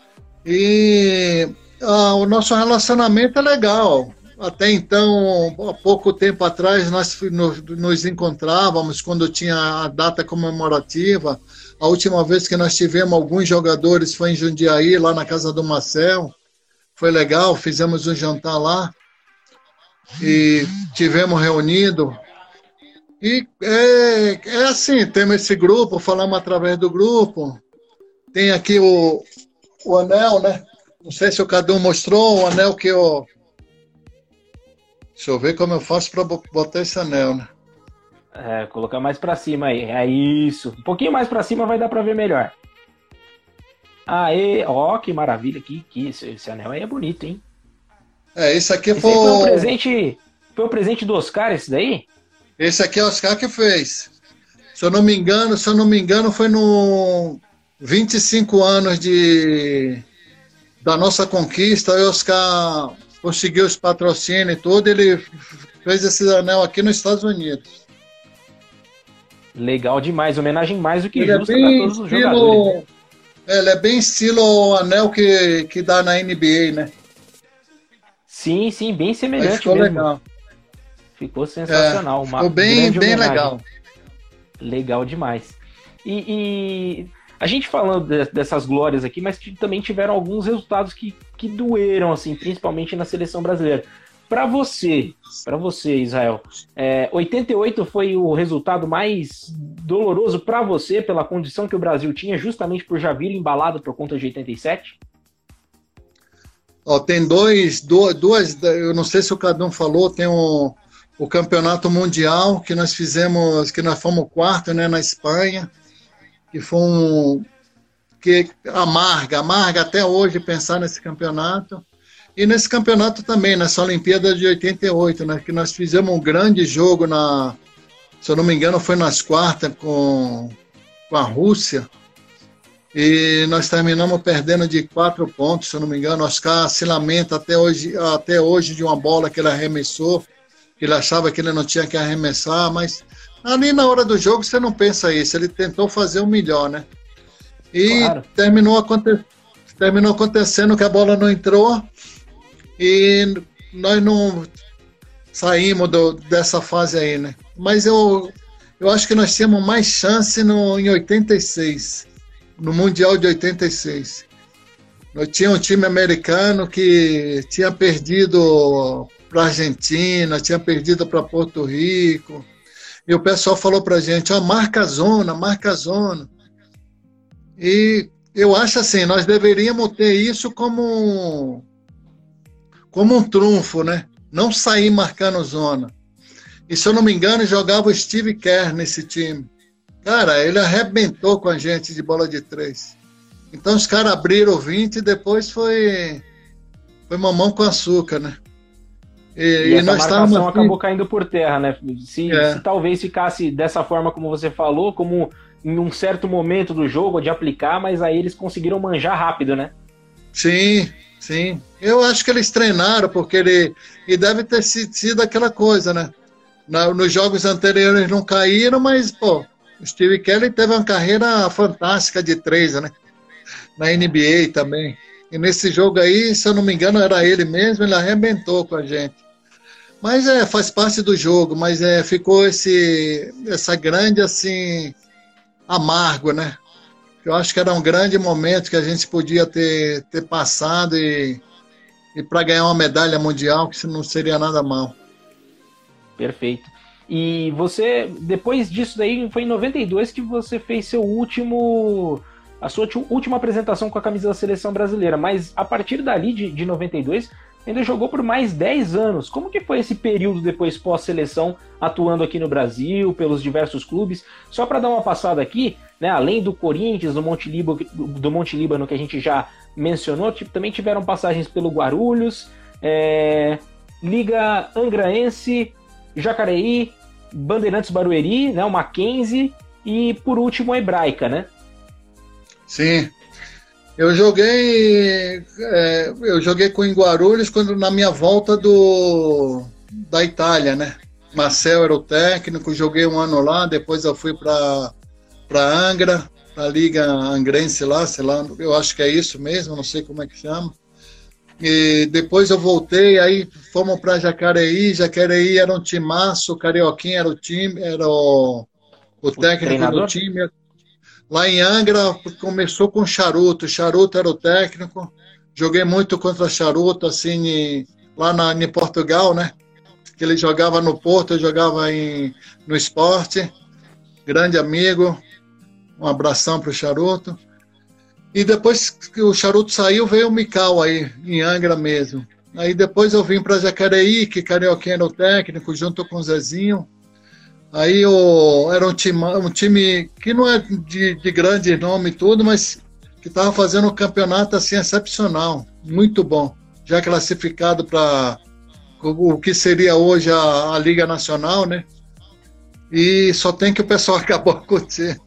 E ah, o nosso relacionamento é legal. Até então, há pouco tempo atrás, nós nos, nos encontrávamos quando tinha a data comemorativa. A última vez que nós tivemos alguns jogadores foi em Jundiaí, lá na casa do Marcel. Foi legal, fizemos um jantar lá e tivemos reunido. E é, é assim, temos esse grupo, falamos através do grupo. Tem aqui o, o anel, né? Não sei se o Cadu mostrou o anel que eu... Deixa eu ver como eu faço para botar esse anel, né? É, colocar mais para cima aí. É isso. Um pouquinho mais para cima vai dar para ver melhor. Aê, ó, que maravilha. Que, que esse, esse anel aí é bonito, hein? É, esse aqui esse foi... foi um presente, foi um presente do Oscar, esse daí? Esse aqui é o Oscar que fez. Se eu não me engano, se eu não me engano, foi no vinte e cinco anos de, da nossa conquista. O Oscar conseguiu os patrocínios e tudo, ele fez esse anel aqui nos Estados Unidos. Legal demais, homenagem mais do que ele justa é para todos os estilo, jogadores. Né? Ele é bem estilo o anel que, que dá na N B A, né? Sim, sim, bem semelhante ficou mesmo. Legal. Ficou sensacional. É, ficou bem, bem legal. Legal demais. E, e a gente falando de, dessas glórias aqui, mas também tiveram alguns resultados que, que doeram, assim, principalmente na seleção brasileira. Para você, para você, Israel, é, oitenta e oito foi o resultado mais doloroso para você pela condição que o Brasil tinha, justamente por já vir embalado por conta de oitenta e sete? Ó, tem dois, duas, eu não sei se o Cadão falou, tem o, o campeonato mundial que nós fizemos, que nós fomos quarto, né, na Espanha, que foi um, que amarga, amarga até hoje pensar nesse campeonato. E nesse campeonato também, nessa Olimpíada de oitenta e oito, né, que nós fizemos um grande jogo, na, se eu não me engano, foi nas quartas com, com a Rússia, e nós terminamos perdendo de quatro pontos, se eu não me engano. O Oscar se lamenta até hoje, até hoje de uma bola que ele arremessou, que ele achava que ele não tinha que arremessar, mas ali na hora do jogo você não pensa isso, ele tentou fazer o melhor, né? E claro. terminou, aconte terminou acontecendo que a bola não entrou, e nós não saímos do, dessa fase aí, né? Mas eu, eu acho que nós tínhamos mais chance no, em oitenta e seis, no Mundial de oitenta e seis. Nós tínhamos um time americano que tinha perdido para a Argentina, tinha perdido para Porto Rico, e o pessoal falou para a gente, ó, marca a zona, marca a zona. E eu acho assim, nós deveríamos ter isso como... como um trunfo, né? não sair marcando zona. E se eu não me engano, jogava o Steve Kerr nesse time. Cara, ele arrebentou com a gente de bola de três. Então os caras abriram vinte e depois foi, foi mamão com açúcar, né? E, e essa nós marcação acabou assim, caindo por terra, né? Se, é. se talvez ficasse dessa forma como você falou, como em um certo momento do jogo de aplicar, mas aí eles conseguiram manjar rápido, né? Sim, sim. Eu acho que eles treinaram, porque ele... E deve ter sido aquela coisa, né? Na, nos jogos anteriores não caíram, mas, pô, o Steve Kelly teve uma carreira fantástica de três, né? Na N B A também. E nesse jogo aí, se eu não me engano, era ele mesmo, ele arrebentou com a gente. Mas é, faz parte do jogo, mas é, ficou esse, essa grande, assim, amargo, né? Eu acho que era um grande momento que a gente podia ter, ter passado e, e para ganhar uma medalha mundial, que não seria nada mal. Perfeito. E você, depois disso daí, foi em noventa e dois que você fez seu último... a sua última apresentação com a camisa da seleção brasileira, mas a partir dali, de, de noventa e dois, ainda jogou por mais dez anos. Como que foi esse período depois pós-seleção, atuando aqui no Brasil, pelos diversos clubes? Só para dar uma passada aqui, né, além do Corinthians, do Monte Líbano, do Monte Líbano que a gente já mencionou, tipo, também tiveram passagens pelo Guarulhos, é, Liga Angraense, Jacareí, Bandeirantes Barueri, né, o Mackenzie e, por último, a Hebraica, né? Sim, eu joguei é, eu joguei com o Guarulhos quando, na minha volta do, da Itália, né? Marcel era o técnico, joguei um ano lá, depois eu fui para para Angra, para a Liga Angrense lá, sei lá, eu acho que é isso mesmo, não sei como é que chama. E depois eu voltei, aí fomos para Jacareí, Jacareí era um timaço, o Carioquinha era o time, era o, o técnico o do time. Lá em Angra, começou com Charuto. Charuto era o técnico. Joguei muito contra Charuto, assim, lá na, em Portugal, né? Que ele jogava no Porto, eu jogava em, no Sport. Grande amigo. Um abração para o Charuto. E depois que o Charuto saiu, veio o Mical aí, em Angra mesmo. Aí depois eu vim para Jacareí, que Carioquinha era o técnico, junto com o Zezinho. Aí o, era um time, um time que não é de, de grande nome e tudo, mas que estava fazendo um campeonato assim excepcional, muito bom, já classificado para o que seria hoje a, a Liga Nacional, né? E só tem que o pessoal acabou com o time.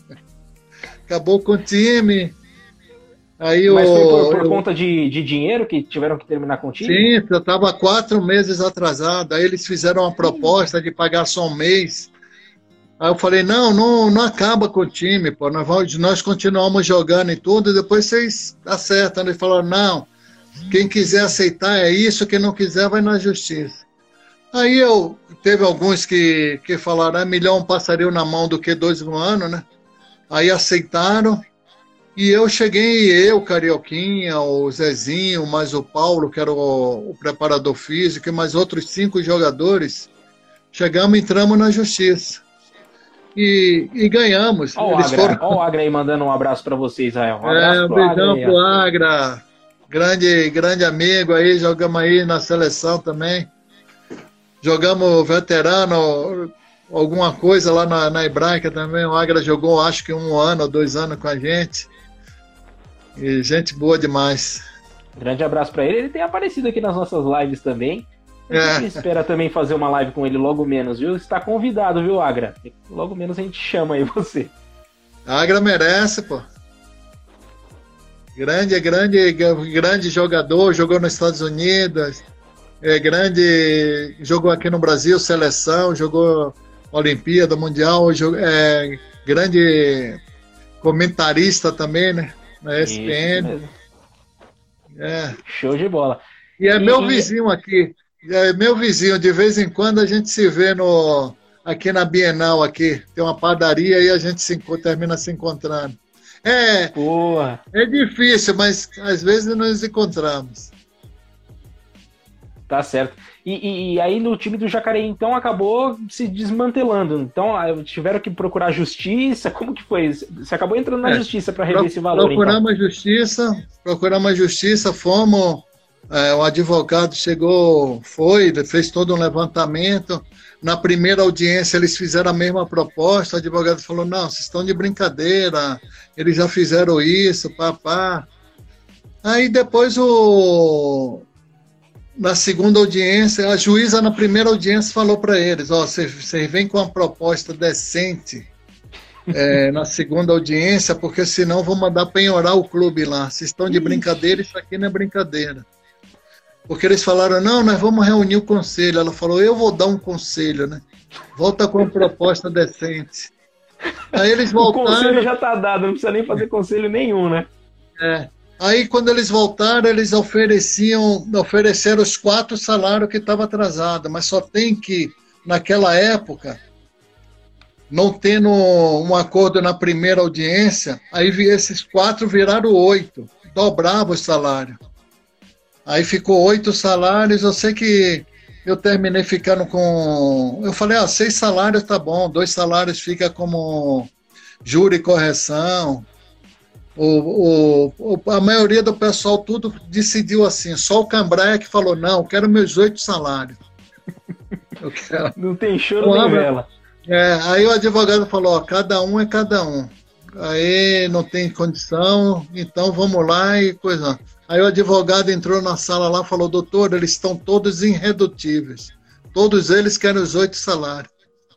Acabou com o time. Aí mas o, foi por, por eu, conta de, de dinheiro que tiveram que terminar com o time? Sim, eu estava quatro meses atrasado. Aí eles fizeram uma proposta de pagar só um mês. Aí eu falei, não, não, não acaba com o time, pô. Nós, vamos, nós continuamos jogando e tudo, e depois vocês acertam. Eles falaram, não, quem quiser aceitar é isso, quem não quiser vai na justiça. Aí eu, teve alguns que, que falaram, é melhor um passarinho na mão do que dois no ano, né? Aí aceitaram. E eu cheguei, eu, Carioquinha, o Zezinho, mais o Paulo, que era o, o preparador físico, e mais outros cinco jogadores, chegamos e entramos na justiça. E, e ganhamos. Olha o Agra, foram... Ó o Agra aí mandando um abraço para você, Israel. Um abraço é, um beijão pro Agra. Grande, grande amigo aí, jogamos aí na seleção também. Jogamos veterano, alguma coisa lá na, na Hebraica também. O Agra jogou, acho que um ano ou dois anos com a gente. E gente boa demais. Grande abraço para ele. Ele tem aparecido aqui nas nossas lives também. A gente é. espera também fazer uma live com ele logo menos, viu? Está convidado, viu, Agra? Logo menos a gente chama aí você. Agra merece, pô. Grande, grande, grande jogador, jogou nos Estados Unidos, é grande, jogou aqui no Brasil, seleção, jogou Olimpíada, Mundial, jogou, é grande comentarista também, né? Na E S P N. É. Show de bola. E é e, meu vizinho aqui. É meu vizinho. De vez em quando a gente se vê no, aqui na Bienal. Aqui. Tem uma padaria e a gente se, termina se encontrando. É, Boa. É difícil, mas às vezes nos encontramos. Tá certo. E, e, e aí no time do Jacareí, então, acabou se desmantelando. Então, tiveram que procurar justiça. Como que foi? Você acabou entrando na é, justiça para rever esse valor, procuramos então? a justiça, procuramos a justiça, fomos, É, o advogado chegou, foi, fez todo um levantamento. Na primeira audiência eles fizeram a mesma proposta, o advogado falou, não, vocês estão de brincadeira, eles já fizeram isso, papá. Aí depois, o, na segunda audiência, a juíza na primeira audiência falou para eles, ó, vocês, vocês vêm com uma proposta decente é, na segunda audiência, porque senão vou mandar penhorar o clube lá. Vocês estão de brincadeira, isso aqui não é brincadeira. Porque eles falaram, não, nós vamos reunir o conselho. Ela falou, eu vou dar um conselho, né? Volta com uma proposta decente. Aí eles voltaram... O conselho já está dado, não precisa nem fazer conselho nenhum, né? É. Aí, quando eles voltaram, eles ofereciam, ofereceram os quatro salários que estavam atrasados, mas só tem que, naquela época, não tendo um acordo na primeira audiência, aí esses quatro viraram oito, dobrava o salário. Aí ficou oito salários, eu sei que eu terminei ficando com... Eu falei, ah, seis salários tá bom, dois salários fica como júri e correção. O, o, a maioria do pessoal tudo decidiu assim, só o Cambraia que falou, não, eu quero meus oito salários. Eu quero... Não tem choro nem vela. É, aí o advogado falou, ó, cada um é cada um. Aí não tem condição, então vamos lá e coisa... Aí o advogado entrou na sala lá e falou, doutor, eles estão todos irredutíveis. Todos eles querem os oito salários.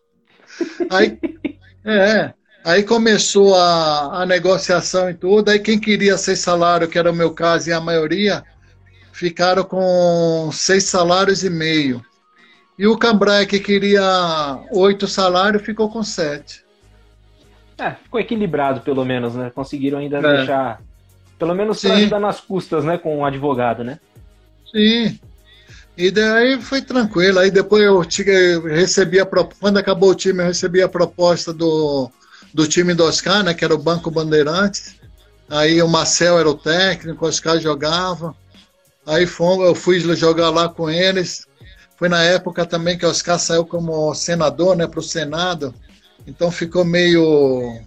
Aí, é, aí começou a, a negociação e tudo, aí quem queria seis salários, que era o meu caso e a maioria, ficaram com seis salários e meio. E o Cambraia, que queria oito salários, ficou com sete. É, ficou equilibrado pelo menos, né? Conseguiram ainda é. deixar... Pelo menos para ajudar nas custas, né, com o advogado, né? Sim. E daí foi tranquilo. Aí depois eu, tive, eu recebi a proposta, quando acabou o time, eu recebi a proposta do, do time do Oscar, né, que era o Banco Bandeirantes. Aí o Marcel era o técnico, o Oscar jogava. Aí fomos, eu fui jogar lá com eles. Foi na época também que o Oscar saiu como senador, né, para o Senado. Então ficou meio...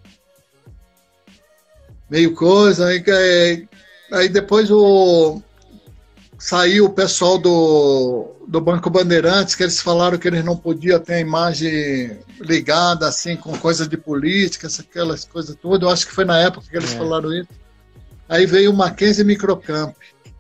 meio coisa, aí, aí depois o, saiu o pessoal do, do Banco Bandeirantes, que eles falaram que eles não podiam ter a imagem ligada assim com coisas de política, aquelas coisas todas, eu acho que foi na época que eles é. falaram isso. Aí veio o Mackenzie Microcamp.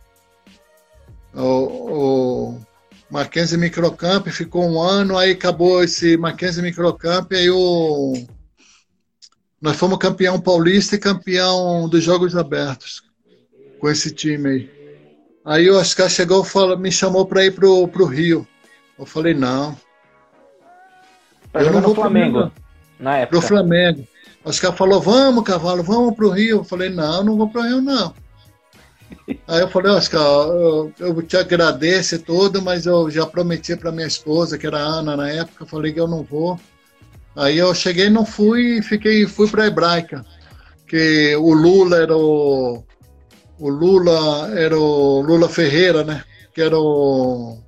O, o Mackenzie Microcamp ficou um ano, aí acabou esse Mackenzie Microcamp, aí o nós fomos campeão paulista e campeão dos Jogos Abertos com esse time aí. Aí o Oscar chegou e me chamou para ir pro, pro Rio. Eu falei, não. Pra eu não vou pro Flamengo, pro, na época. Pro Flamengo. O Oscar falou, vamos, cavalo, vamos pro Rio. Eu falei, não, não vou pro Rio, não. Aí eu falei, Oscar, eu, eu te agradeço e tudo, mas eu já prometi para minha esposa, que era a Ana na época, eu falei que eu não vou. Aí eu cheguei, não fui, fiquei, fui para a Hebraica, que o Lula era o, o Lula era o Lula Ferreira, né? Que era o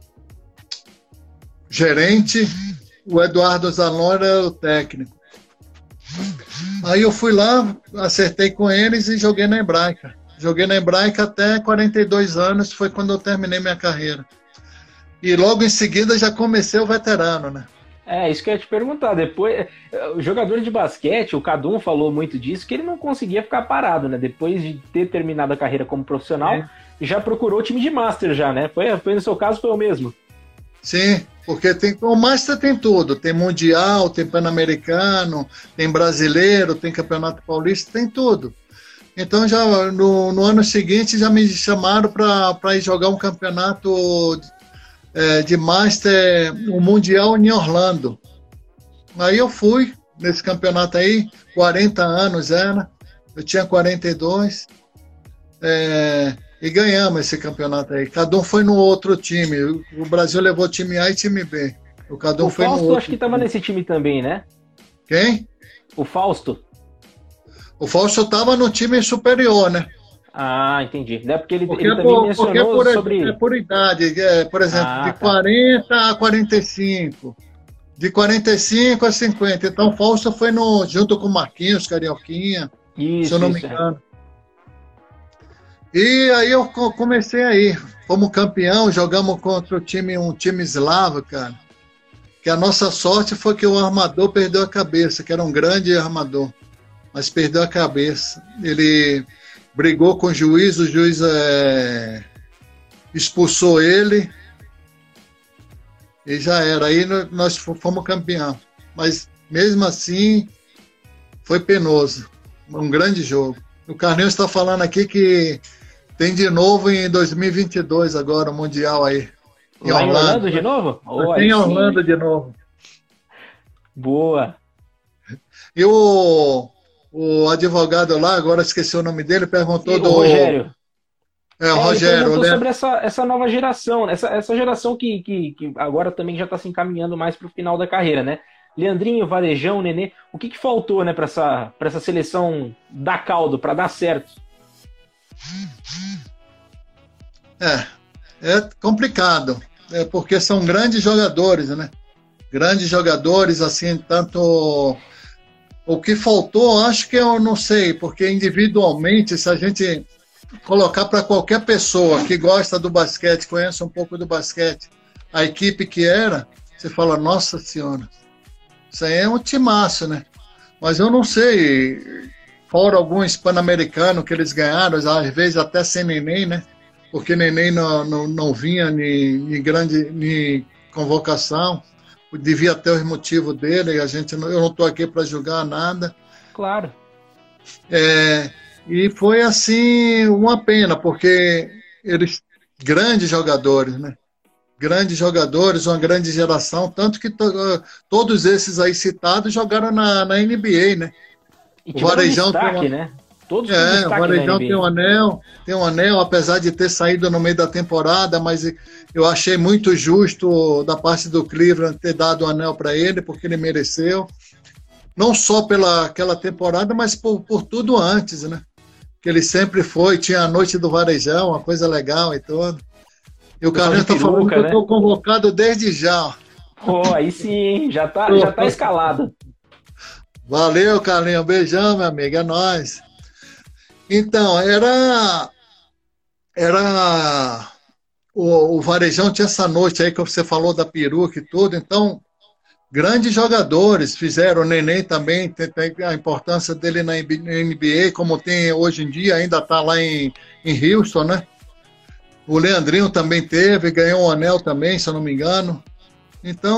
gerente, o Eduardo Zanon era o técnico. Aí eu fui lá, acertei com eles e joguei na Hebraica. Joguei na Hebraica até quarenta e dois anos, foi quando eu terminei minha carreira. E logo em seguida já comecei o veterano, né? É, isso que eu ia te perguntar. Depois, o jogador de basquete, o Cadum falou muito disso, que ele não conseguia ficar parado, né? Depois de ter terminado a carreira como profissional, é. já procurou o time de Master já, né? Foi, foi no seu caso, foi o mesmo? Sim, porque tem, o Master tem tudo. Tem Mundial, tem Pan-Americano, tem Brasileiro, tem Campeonato Paulista, tem tudo. Então, já no, no ano seguinte, já me chamaram para ir jogar um campeonato... É, de Master, o Mundial em Orlando. Aí eu fui nesse campeonato aí, quarenta anos era, eu tinha quarenta e dois, é, e ganhamos esse campeonato aí. Cada um foi no outro time, o Brasil levou time A e time B. O cada um o foi Fausto no outro acho que estava nesse time também, né? Quem? O Fausto. O Fausto estava no time superior, né? Ah, entendi. É porque ele, porque ele também por, mencionou porque por, sobre... É por idade, é, por exemplo, ah, de tá. quarenta a quarenta e cinco, de quarenta e cinco a cinquenta. Então o Fausto foi no, junto com o Marquinhos, Carioquinha, isso, se eu não isso, me engano. E aí eu comecei aí, fomos campeão, jogamos contra o time, um time eslavo, cara. Que a nossa sorte foi que o armador perdeu a cabeça, que era um grande armador, mas perdeu a cabeça. Ele brigou com o juiz, o juiz é, expulsou ele e já era. Aí nós fomos campeão. Mas mesmo assim, foi penoso. Um grande jogo. O Carlinhos está falando aqui que tem de novo em dois mil e vinte e dois agora o Mundial aí. Em Lá Orlando. em Orlando de novo? Oh, tem em Orlando sim. de novo. Boa. E o, o advogado lá, agora esqueci o nome dele, perguntou e do... O Rogério. É, o é, Rogério. Ele perguntou né? sobre essa, essa nova geração, essa, essa geração que, que, que agora também já está se encaminhando mais para o final da carreira, né? Leandrinho, Varejão, Nenê, o que, que faltou, né, para essa, para essa seleção dar caldo, para dar certo? É, é complicado, é porque são grandes jogadores, né? Grandes jogadores, assim, tanto... O que faltou, acho que eu não sei, porque individualmente, se a gente colocar para qualquer pessoa que gosta do basquete, conhece um pouco do basquete, a equipe que era, você fala, nossa senhora, isso aí é um timaço, né? Mas eu não sei, fora alguns pan-americanos que eles ganharam, às vezes até sem Neném, né? Porque Neném não, não, não vinha em grande ni convocação, devia ter os motivos dele, a gente, eu não estou aqui para julgar nada. Claro. É, e foi assim uma pena, porque eles, grandes jogadores, né? Grandes jogadores, uma grande geração, tanto que to, todos esses aí citados jogaram na, na N B A, né? E o Varejão destaque, tem uma... né? Todos é, o Varejão tem um anel, tem um anel, apesar de ter saído no meio da temporada, mas eu achei muito justo da parte do Cleveland ter dado o anel para ele, porque ele mereceu. Não só pela aquela temporada, mas por, por tudo antes, né? Que ele sempre foi, tinha a noite do Varejão, uma coisa legal e tudo. E o Carlinhos está falando que né? eu estou convocado desde já. Pô, aí sim, já tá, já tá escalado. Valeu, Carlinhos, beijão, meu amigo, é nóis. Então, era... Era... O, o Varejão tinha essa noite aí que você falou da peruca e tudo, então... Grandes jogadores fizeram, o Neném também, tem, tem a importância dele na N B A, como tem hoje em dia, ainda está lá em, em Houston, né? O Leandrinho também teve, ganhou um anel também, se eu não me engano. Então,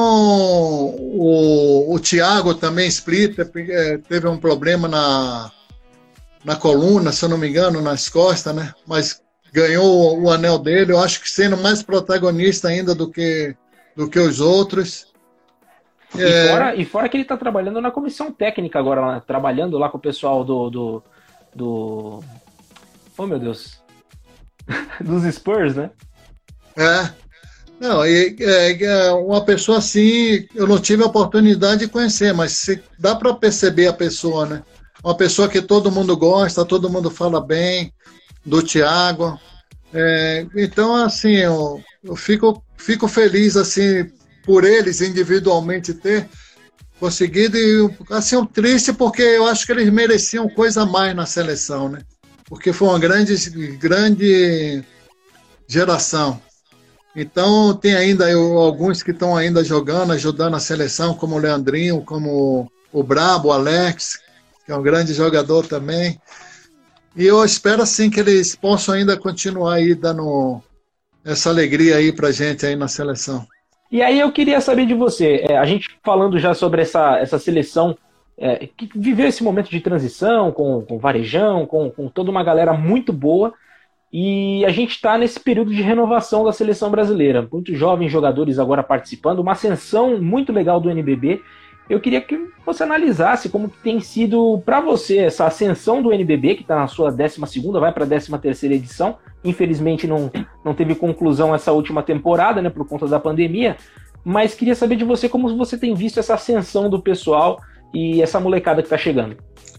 o, o Thiago também, Splitter, teve um problema na, na coluna, se eu não me engano, nas costas, né? Mas ganhou o, o anel dele, eu acho que sendo mais protagonista ainda do que, do que os outros. E, é... fora, e fora que ele está trabalhando na comissão técnica agora, né? Trabalhando lá com o pessoal do, do, do... Oh, meu Deus. Dos Spurs, né? É. Não, e, é, uma pessoa assim, eu não tive a oportunidade de conhecer, mas se, dá para perceber a pessoa, né? Uma pessoa que todo mundo gosta, todo mundo fala bem, do Thiago. É, então, assim, eu, eu fico, fico feliz, assim, por eles individualmente ter conseguido, e assim, um triste porque eu acho que eles mereciam coisa a mais na seleção, né? Porque foi uma grande, grande geração. Então tem ainda eu, alguns que estão ainda jogando, ajudando a seleção, como o Leandrinho, como o Brabo, o Alex, que é um grande jogador também. E eu espero assim que eles possam ainda continuar aí dando essa alegria aí pra gente aí na seleção. E aí eu queria saber de você, é, a gente falando já sobre essa, essa seleção é, que viveu esse momento de transição com, com Varejão, com, com toda uma galera muito boa, e a gente está nesse período de renovação da seleção brasileira, muitos jovens jogadores agora participando, uma ascensão muito legal do N B B. Eu queria que você analisasse como que tem sido para você essa ascensão do N B B, que está na sua décima segunda, vai para a décima terceira edição. Infelizmente não, não teve conclusão essa última temporada, né, por conta da pandemia, mas queria saber de você como você tem visto essa ascensão do pessoal e essa molecada que está chegando.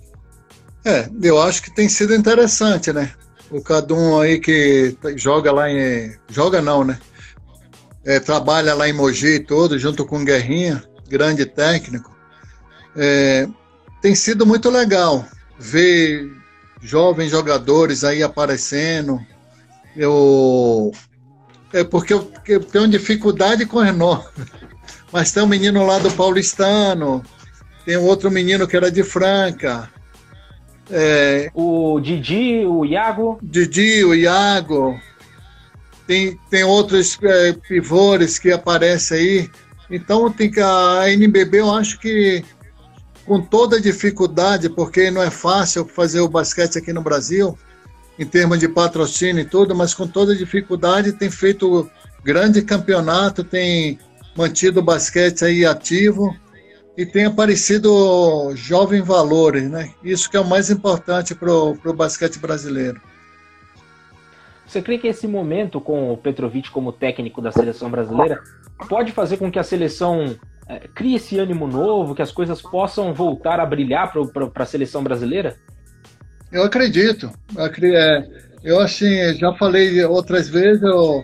É, eu acho que tem sido interessante, né? O Cadum aí que joga lá em... Joga não, né? É, trabalha lá em Mogi e todo, junto com o Guerrinha, grande técnico. É, tem sido muito legal ver jovens jogadores aí aparecendo. Eu, é porque eu, eu tenho dificuldade com o Renault. Mas tem um menino lá do Paulistano, tem um outro menino que era de Franca. É, o Didi, o Iago. Didi, o Iago. Tem, tem outros é, pivôs que aparecem aí. Então tem que a N B B, eu acho que com toda dificuldade, porque não é fácil fazer o basquete aqui no Brasil, em termos de patrocínio e tudo, mas com toda dificuldade tem feito grande campeonato, tem mantido o basquete aí ativo e tem aparecido jovens valores, né? Isso que é o mais importante para o basquete brasileiro. Você crê que esse momento com o Petrovic como técnico da seleção brasileira pode fazer com que a seleção é, crie esse ânimo novo, que as coisas possam voltar a brilhar para a seleção brasileira? Eu acredito. Eu, assim, já falei outras vezes, eu,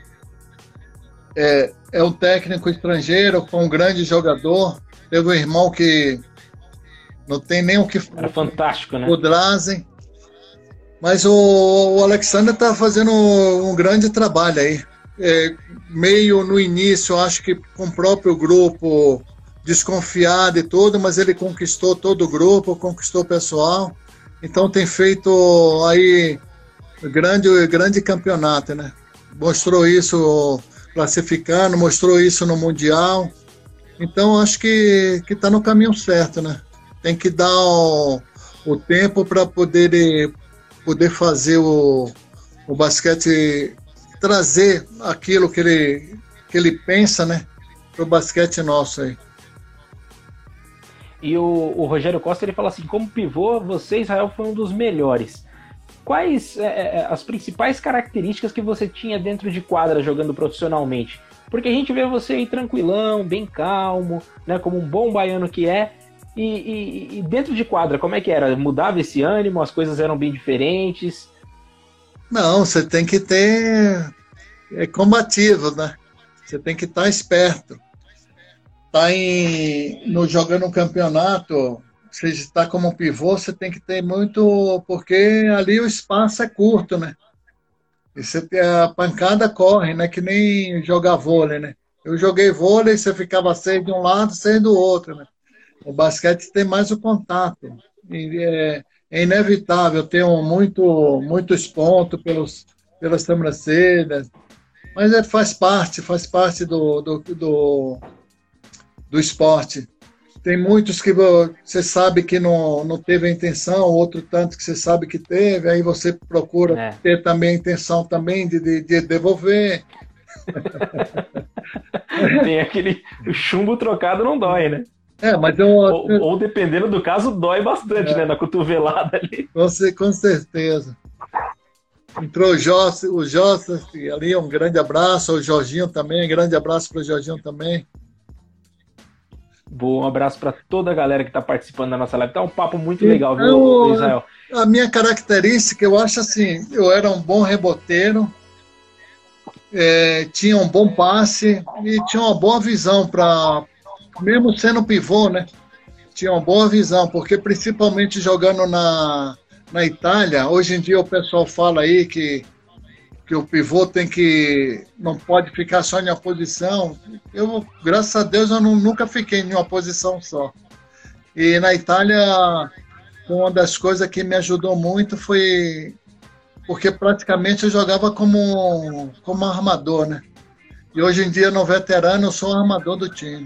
é, é um técnico estrangeiro, um grande jogador. Teve um irmão que não tem nem o que... Era fantástico, né? O Drazen. Mas o, o Alexander está fazendo um grande trabalho aí. É, meio no início, acho que com o próprio grupo desconfiado e tudo, mas ele conquistou todo o grupo, conquistou o pessoal. Então tem feito aí grande, grande campeonato, né? Mostrou isso classificando, mostrou isso no Mundial. Então acho que que está no caminho certo, né? Tem que dar o, o tempo para poder poder fazer o, o basquete, trazer aquilo que ele que ele pensa, né? Para o basquete nosso aí. E o, o Rogério Costa, ele fala assim, como pivô, você, Israel, foi um dos melhores. Quais é, as principais características que você tinha dentro de quadra jogando profissionalmente? Porque a gente vê você aí tranquilão, bem calmo, né, como um bom baiano que é. E, e, e dentro de quadra, como é que era? Mudava esse ânimo? As coisas eram bem diferentes? Não, você tem que ter... É combativo, né? Você tem que estar esperto. Tá em, no, jogando um campeonato, você está como pivô, você tem que ter muito, porque ali o espaço é curto, né? E você, a pancada corre, né? Que nem jogar vôlei, né? Eu joguei vôlei, você ficava seis de um lado, seis do outro, né? O basquete tem mais o contato. E é, é inevitável ter um, muito, muitos pontos pelos, pelas sobrancelhas, mas é, faz parte, faz parte do, do, do do esporte. Tem muitos que você sabe que não, não teve a intenção, outro tanto que você sabe que teve, aí você procura é. ter também a intenção também de, de, de devolver. Tem aquele o chumbo trocado não dói, né? É, mas eu, ou, ou dependendo do caso, dói bastante, é. né? Na cotovelada ali. Com, com certeza. Entrou o Jossi, o Jossi ali, um grande abraço, o Jorginho também, um grande abraço para o Jorginho também. Bom, um abraço para toda a galera que está participando da nossa live. Tá um papo muito legal, viu, eu, Israel? A minha característica, eu acho assim, eu era um bom reboteiro, é, tinha um bom passe e tinha uma boa visão para, mesmo sendo pivô, né? Tinha uma boa visão, porque principalmente jogando na, na Itália, hoje em dia o pessoal fala aí que que o pivô tem que não pode ficar só em uma posição. Eu, graças a Deus, eu não, nunca fiquei em uma posição só. E na Itália, uma das coisas que me ajudou muito foi porque praticamente eu jogava como, como armador, né? E hoje em dia, no veterano, eu sou armador do time.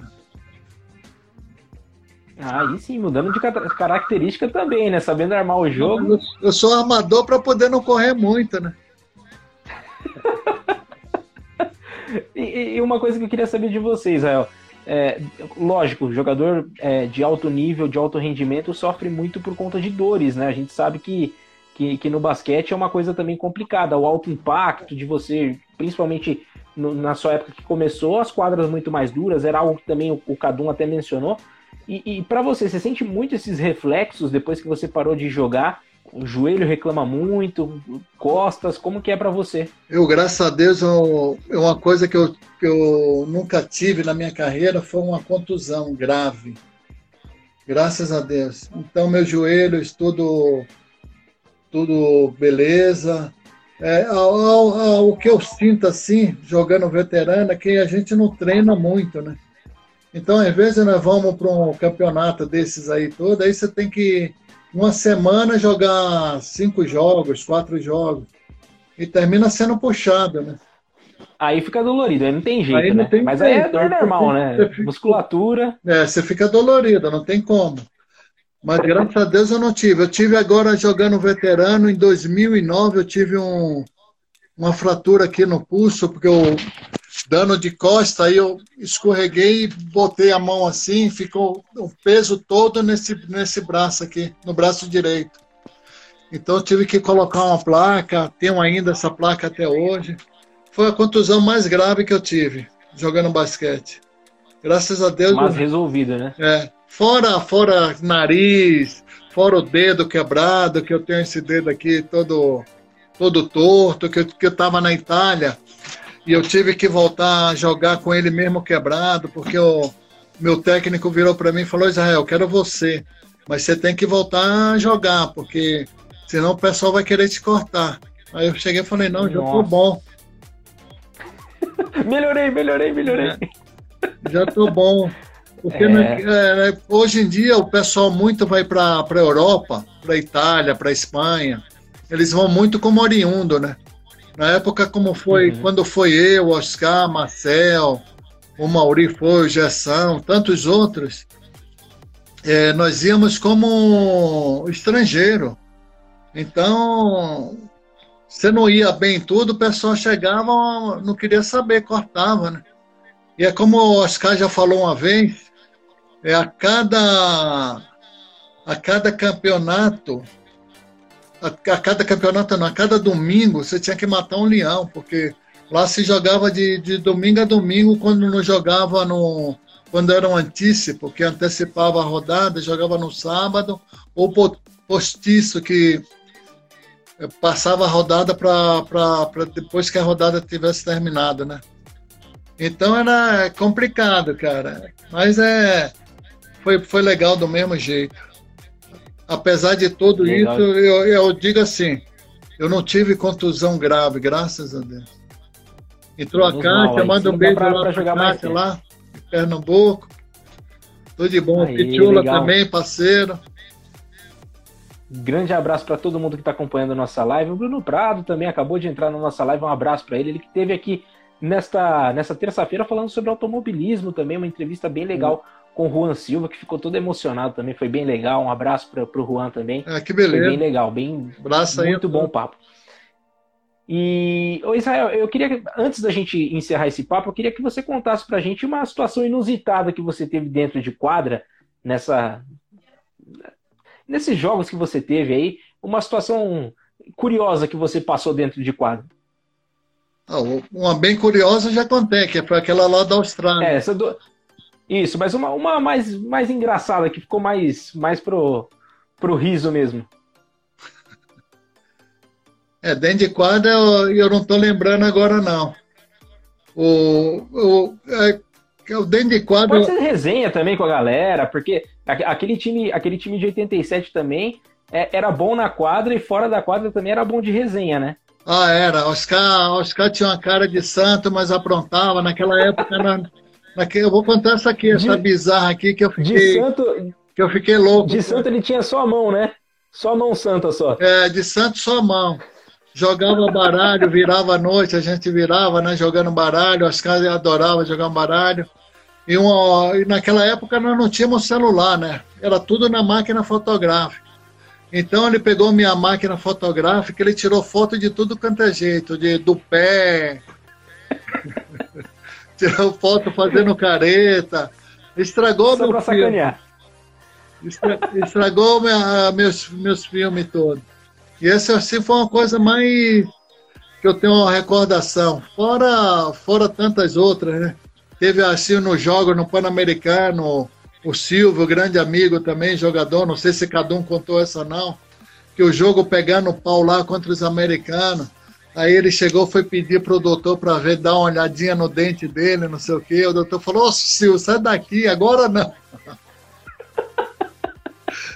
Ah, aí sim, mudando de característica também, né? Sabendo armar o jogo. Eu, eu sou armador para poder não correr muito, né? e, e uma coisa que eu queria saber de vocês, Israel, é, lógico, jogador é, de alto nível, de alto rendimento sofre muito por conta de dores, né? A gente sabe que, que, que no basquete é uma coisa também complicada, o alto impacto de você, principalmente no, na sua época que começou, as quadras muito mais duras, era algo que também o, o Cadum até mencionou. E, e para você, você sente muito esses reflexos depois que você parou de jogar? O joelho reclama muito, costas, como que é para você? Eu, graças a Deus, eu, uma coisa que eu, que eu nunca tive na minha carreira foi uma contusão grave. Graças a Deus. Então, meus joelhos, tudo, tudo beleza. É, ao, ao, ao, o que eu sinto assim, jogando veterano, é que a gente não treina muito, né? Então, às vezes, nós vamos para um campeonato desses aí todo, aí você tem que, uma semana, jogar cinco jogos, quatro jogos, e termina sendo puxado, né? Aí fica dolorido, aí não tem jeito, aí não né? Tem Mas jeito, aí é dor normal, né? Fica, musculatura. É, você fica dolorido, não tem como. Mas graças a Deus eu não tive. Eu tive agora jogando veterano, em dois mil e nove eu tive um, uma fratura aqui no pulso, porque eu, dano de costa, aí eu escorreguei e botei a mão assim, ficou o peso todo nesse, nesse braço aqui, no braço direito. Então eu tive que colocar uma placa, tenho ainda essa placa até hoje. Foi a contusão mais grave que eu tive, jogando basquete. Graças a Deus... Mas resolvida, né? É. Fora, fora nariz, fora o dedo quebrado, que eu tenho esse dedo aqui todo, todo torto, que eu, que eu tava na Itália e eu tive que voltar a jogar com ele mesmo quebrado, porque o meu técnico virou para mim e falou: Israel, eu quero você, mas você tem que voltar a jogar, porque senão o pessoal vai querer te cortar. Aí eu cheguei e falei: não, já tô bom. melhorei, melhorei, melhorei. É, já tô bom. Porque é. É, hoje em dia o pessoal muito vai para a Europa, para a Itália, para a Espanha. Eles vão muito como oriundo, né? Na época, como foi, uhum. quando foi eu, Oscar, Marcel, o Mauri foi, o Gerson, tantos outros, é, nós íamos como estrangeiro. Então, você não ia bem em tudo, o pessoal chegava, não queria saber, cortava, né? E é como o Oscar já falou uma vez, é a cada, a cada campeonato, a, a cada campeonato não, a cada domingo você tinha que matar um leão, porque lá se jogava de, de domingo a domingo, quando não jogava no, quando era um antecipo, que antecipava a rodada, jogava no sábado, ou postiço, que passava a rodada para depois que a rodada tivesse terminado, né? Então era complicado, cara. Mas é, foi, foi legal do mesmo jeito. Apesar de tudo legal. Isso, eu, eu digo assim, eu não tive contusão grave, graças a Deus. Entrou Vamos a Kátia, manda um beijo pra, lá para a Kátia, lá, em Pernambuco. Tudo de bom. Aí, Pitula legal. Também, parceiro. Grande abraço para todo mundo que está acompanhando a nossa live. O Bruno Prado também acabou de entrar na nossa live. Um abraço para ele. Ele que esteve aqui nesta, nesta terça-feira falando sobre automobilismo também. Uma entrevista bem legal hum. com o Juan Silva, que ficou todo emocionado também. Foi bem legal. Um abraço para o Juan também. Ah, que beleza. Foi bem legal. Bem, abraço muito aí, bom papo. E, ô Israel, eu queria que, antes da gente encerrar esse papo, eu queria que você contasse pra gente uma situação inusitada que você teve dentro de quadra, nessa, nesses jogos que você teve aí, uma situação curiosa que você passou dentro de quadra. Ah, uma bem curiosa eu já contei, que foi aquela lá da Austrália. É, essa do... Isso, mas uma, uma mais, mais engraçada, que ficou mais, mais pro, pro riso mesmo. É, dentro de quadra eu, eu não estou lembrando agora, não. O, o, é, o dentro de quadra... Pode ser resenha também com a galera, porque aquele time, aquele time de oitenta e sete também é, era bom na quadra e fora da quadra também era bom de resenha, né? Ah, era. Oscar, Oscar tinha uma cara de santo, mas aprontava. Naquela época, na, naquele, eu vou contar essa aqui, essa de, bizarra aqui, que eu fiquei, de santo, que eu fiquei louco. De santo ele tinha só a mão, né? Só a mão santa só. É, de santo só a mão. Jogava baralho, virava à noite, a gente virava, né, jogando baralho, as casas adoravam jogar baralho. E, uma, e naquela época nós não tínhamos celular, né? Era tudo na máquina fotográfica. Então ele pegou minha máquina fotográfica, ele tirou foto de tudo quanto é jeito, de, do pé, tirou foto fazendo careta, estragou Só meu pra filme. Sacanear. Estra, estragou minha, meus, meus filmes todos. E essa assim foi uma coisa mais que eu tenho uma recordação. Fora, fora tantas outras, né? Teve assim nos jogos, no Pan-Americano, o Silvio, grande amigo também, jogador, não sei se cada um contou essa não, que o jogo pegando o pau lá contra os americanos, aí ele chegou, foi pedir pro doutor para ver, dar uma olhadinha no dente dele, não sei o quê, o doutor falou: ô Silvio, sai daqui, agora não.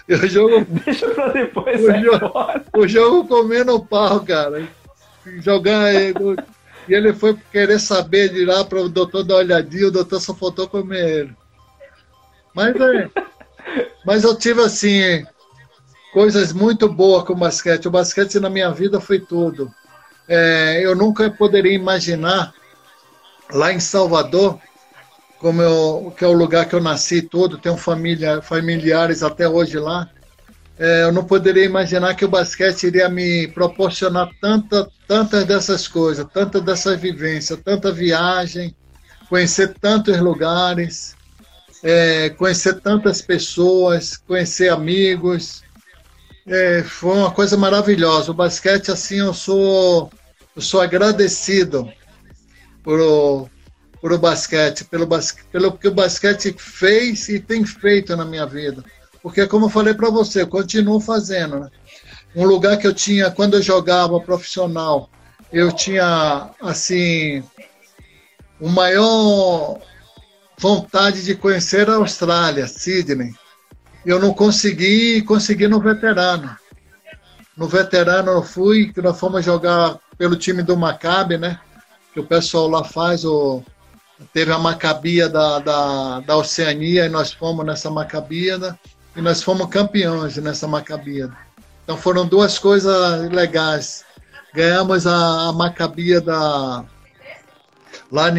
O jogo, Deixa pra depois, o, sai jogo, fora. o jogo comendo o pau, cara. Jogar. E ele foi querer saber de ir lá para o doutor dar uma olhadinha, o doutor só faltou comer ele. Mas, é, mas eu tive, assim, coisas muito boas com o basquete. O basquete na minha vida foi tudo. É, eu nunca poderia imaginar, lá em Salvador, como eu, que é o lugar que eu nasci todo, tenho família, familiares até hoje lá, é, eu não poderia imaginar que o basquete iria me proporcionar tanta, tantas dessas coisas, tantas dessas vivências, tanta viagem, conhecer tantos lugares, é, conhecer tantas pessoas, conhecer amigos. É, foi uma coisa maravilhosa. O basquete, assim, eu sou, eu sou agradecido por o, por o basquete, pelo, basque, pelo que o basquete fez e tem feito na minha vida. Porque, como eu falei para você, eu continuo fazendo, né? Um lugar que eu tinha, quando eu jogava profissional, eu tinha, assim, o maior vontade de conhecer a Austrália, Sydney. Eu não consegui, consegui no veterano. No veterano eu fui, que nós fomos jogar pelo time do Maccabi, né? Que o pessoal lá faz, o, teve a Maccabi da, da, da Oceania, e nós fomos nessa Maccabi, né? E nós fomos campeões nessa Maccabi. Então foram duas coisas legais. Ganhamos a, a Maccabi da, lá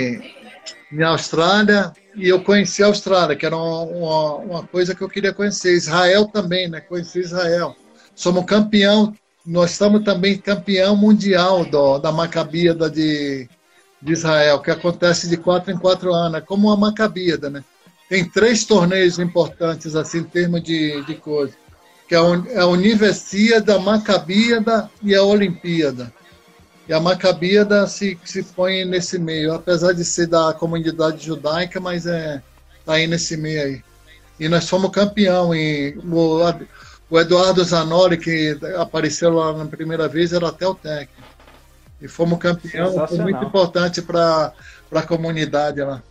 na Austrália, e eu conheci a Austrália, que era uma, uma, uma coisa que eu queria conhecer. Israel também, né? Conheci Israel. Somos campeão, nós estamos também campeão mundial do, da Maccabiada de, de Israel, que acontece de quatro em quatro anos, é como uma Maccabiada, né? Tem três torneios importantes, assim, em termos de, de coisa, que é a Universidade, a Maccabiada e a Olimpíada. E a Maccabiada se, se põe nesse meio, apesar de ser da comunidade judaica, mas é, tá aí nesse meio aí. E nós fomos campeão, e o, o Eduardo Zanoli, que apareceu lá na primeira vez, era até o técnico. E fomos campeão, foi muito importante para a comunidade lá.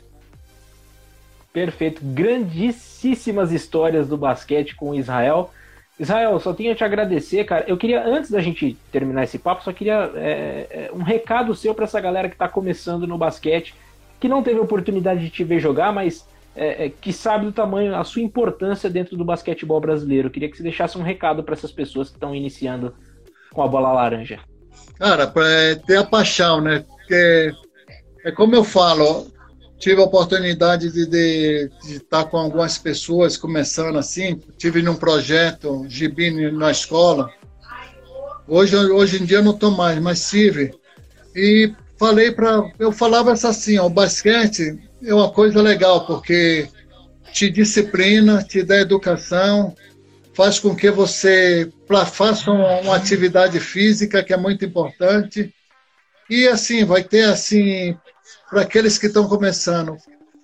Perfeito, grandíssimas histórias do basquete com Israel. Israel, só tenho a te agradecer, cara. Eu queria, antes da gente terminar esse papo, só queria é, é, um recado seu para essa galera que está começando no basquete, que não teve oportunidade de te ver jogar, mas é, é, que sabe do tamanho, a sua importância dentro do basquetebol brasileiro. Eu queria que você deixasse um recado para essas pessoas que estão iniciando com a bola laranja. Cara, para ter a paixão, né? Porque é como eu falo, tive a oportunidade de, de, de estar com algumas pessoas começando assim. Tive num projeto Gibi na escola. Hoje, hoje em dia eu não estou mais, mas tive. E falei para. Eu falava assim: ó, o basquete é uma coisa legal, porque te disciplina, te dá educação, faz com que você faça uma, uma atividade física, que é muito importante. E assim, vai ter assim. Para aqueles que estão começando,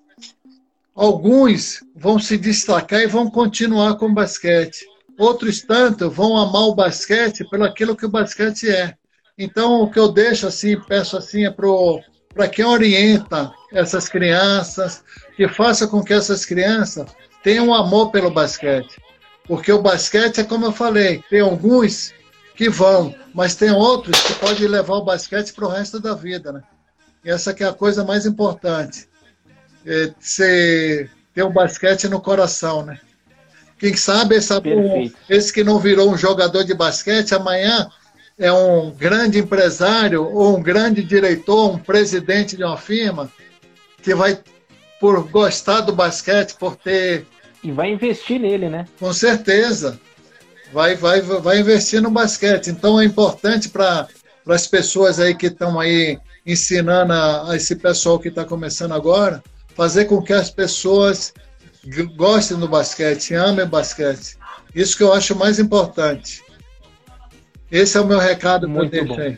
alguns vão se destacar e vão continuar com o basquete. Outros tanto vão amar o basquete pelo aquilo que o basquete é. Então, o que eu deixo assim, peço assim, é para quem orienta essas crianças, que faça com que essas crianças tenham um amor pelo basquete. Porque o basquete é como eu falei, tem alguns que vão, mas tem outros que podem levar o basquete para o resto da vida, né? E essa que é a coisa mais importante, é você ter o basquete no coração, né? Quem sabe esse, esse que não virou um jogador de basquete, amanhã é um grande empresário ou um grande diretor, um presidente de uma firma, que vai, por gostar do basquete, por ter... E vai investir nele, né? Com certeza. Vai, vai, vai investir no basquete. Então é importante para as pessoas aí que estão aí ensinando a, a esse pessoal que está começando agora, fazer com que as pessoas gostem do basquete, amem basquete. Isso que eu acho mais importante. Esse é o meu recado que eu deixo aí.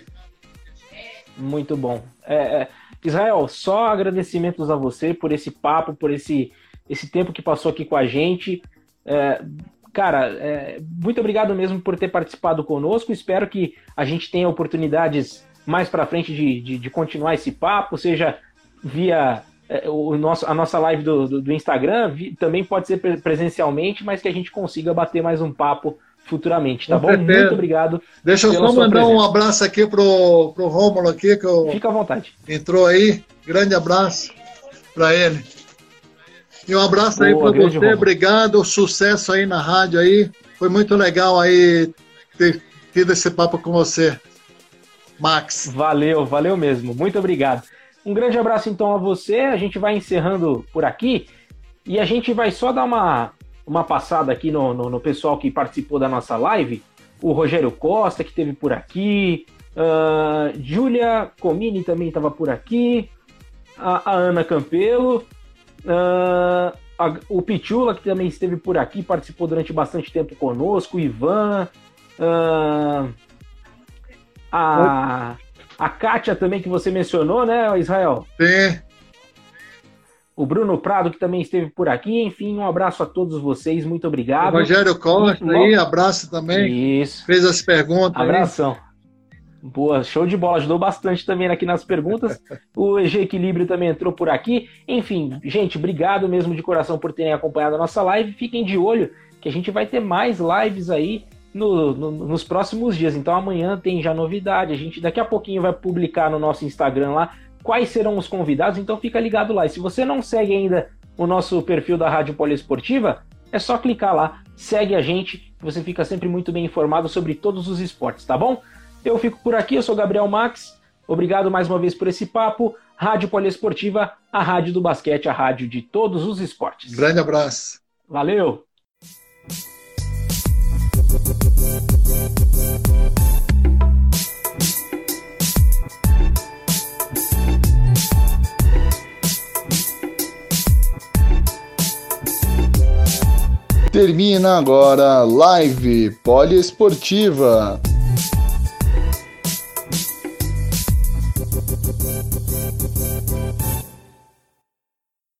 Muito bom. É, é, Israel, só agradecimentos a você por esse papo, por esse, esse tempo que passou aqui com a gente. É, cara, é, muito obrigado mesmo por ter participado conosco. Espero que a gente tenha oportunidades mais para frente de, de, de continuar esse papo, seja via o nosso, a nossa live do, do, do Instagram também pode ser presencialmente, mas que a gente consiga bater mais um papo futuramente, tá Com bom? certeza. Muito obrigado. Deixa eu só mandar presença. um abraço aqui pro, pro Rômulo aqui, que eu... Fica à vontade. Entrou aí, grande abraço para ele. E um abraço Boa, aí para você, Rômulo. Obrigado, sucesso aí na rádio aí. Foi muito legal aí ter tido esse papo com você, Max. Valeu, valeu mesmo. Muito obrigado. Um grande abraço então a você. A gente vai encerrando por aqui e a gente vai só dar uma, uma passada aqui no, no, no pessoal que participou da nossa live. O Rogério Costa, que esteve por aqui. Uh, Júlia Comini também estava por aqui. A, a Ana Campelo. Uh, a, o Pichula, que também esteve por aqui, participou durante bastante tempo conosco. O Ivan. Uh, a, a Kátia também, que você mencionou, né, Israel? Sim. O Bruno Prado, que também esteve por aqui. Enfim, um abraço a todos vocês. Muito obrigado. O Rogério Costa aí, abraço também. Isso. Fez as perguntas. Abração. Aí. Boa, show de bola. Ajudou bastante também aqui nas perguntas. O E G Equilíbrio também entrou por aqui. Enfim, gente, obrigado mesmo de coração por terem acompanhado a nossa live. Fiquem de olho que a gente vai ter mais lives aí no, no, nos próximos dias. Então amanhã tem já novidade. A gente daqui a pouquinho vai publicar no nosso Instagram lá quais serão os convidados. Então fica ligado lá. E se você não segue ainda o nosso perfil da Rádio Poliesportiva, é só clicar lá, segue a gente, você fica sempre muito bem informado sobre todos os esportes, tá bom? Eu fico por aqui, eu sou Gabriel Max. Obrigado mais uma vez por esse papo. Rádio Poliesportiva, a rádio do basquete, a rádio de todos os esportes. Grande abraço. Valeu! Termina agora Live Poliesportiva.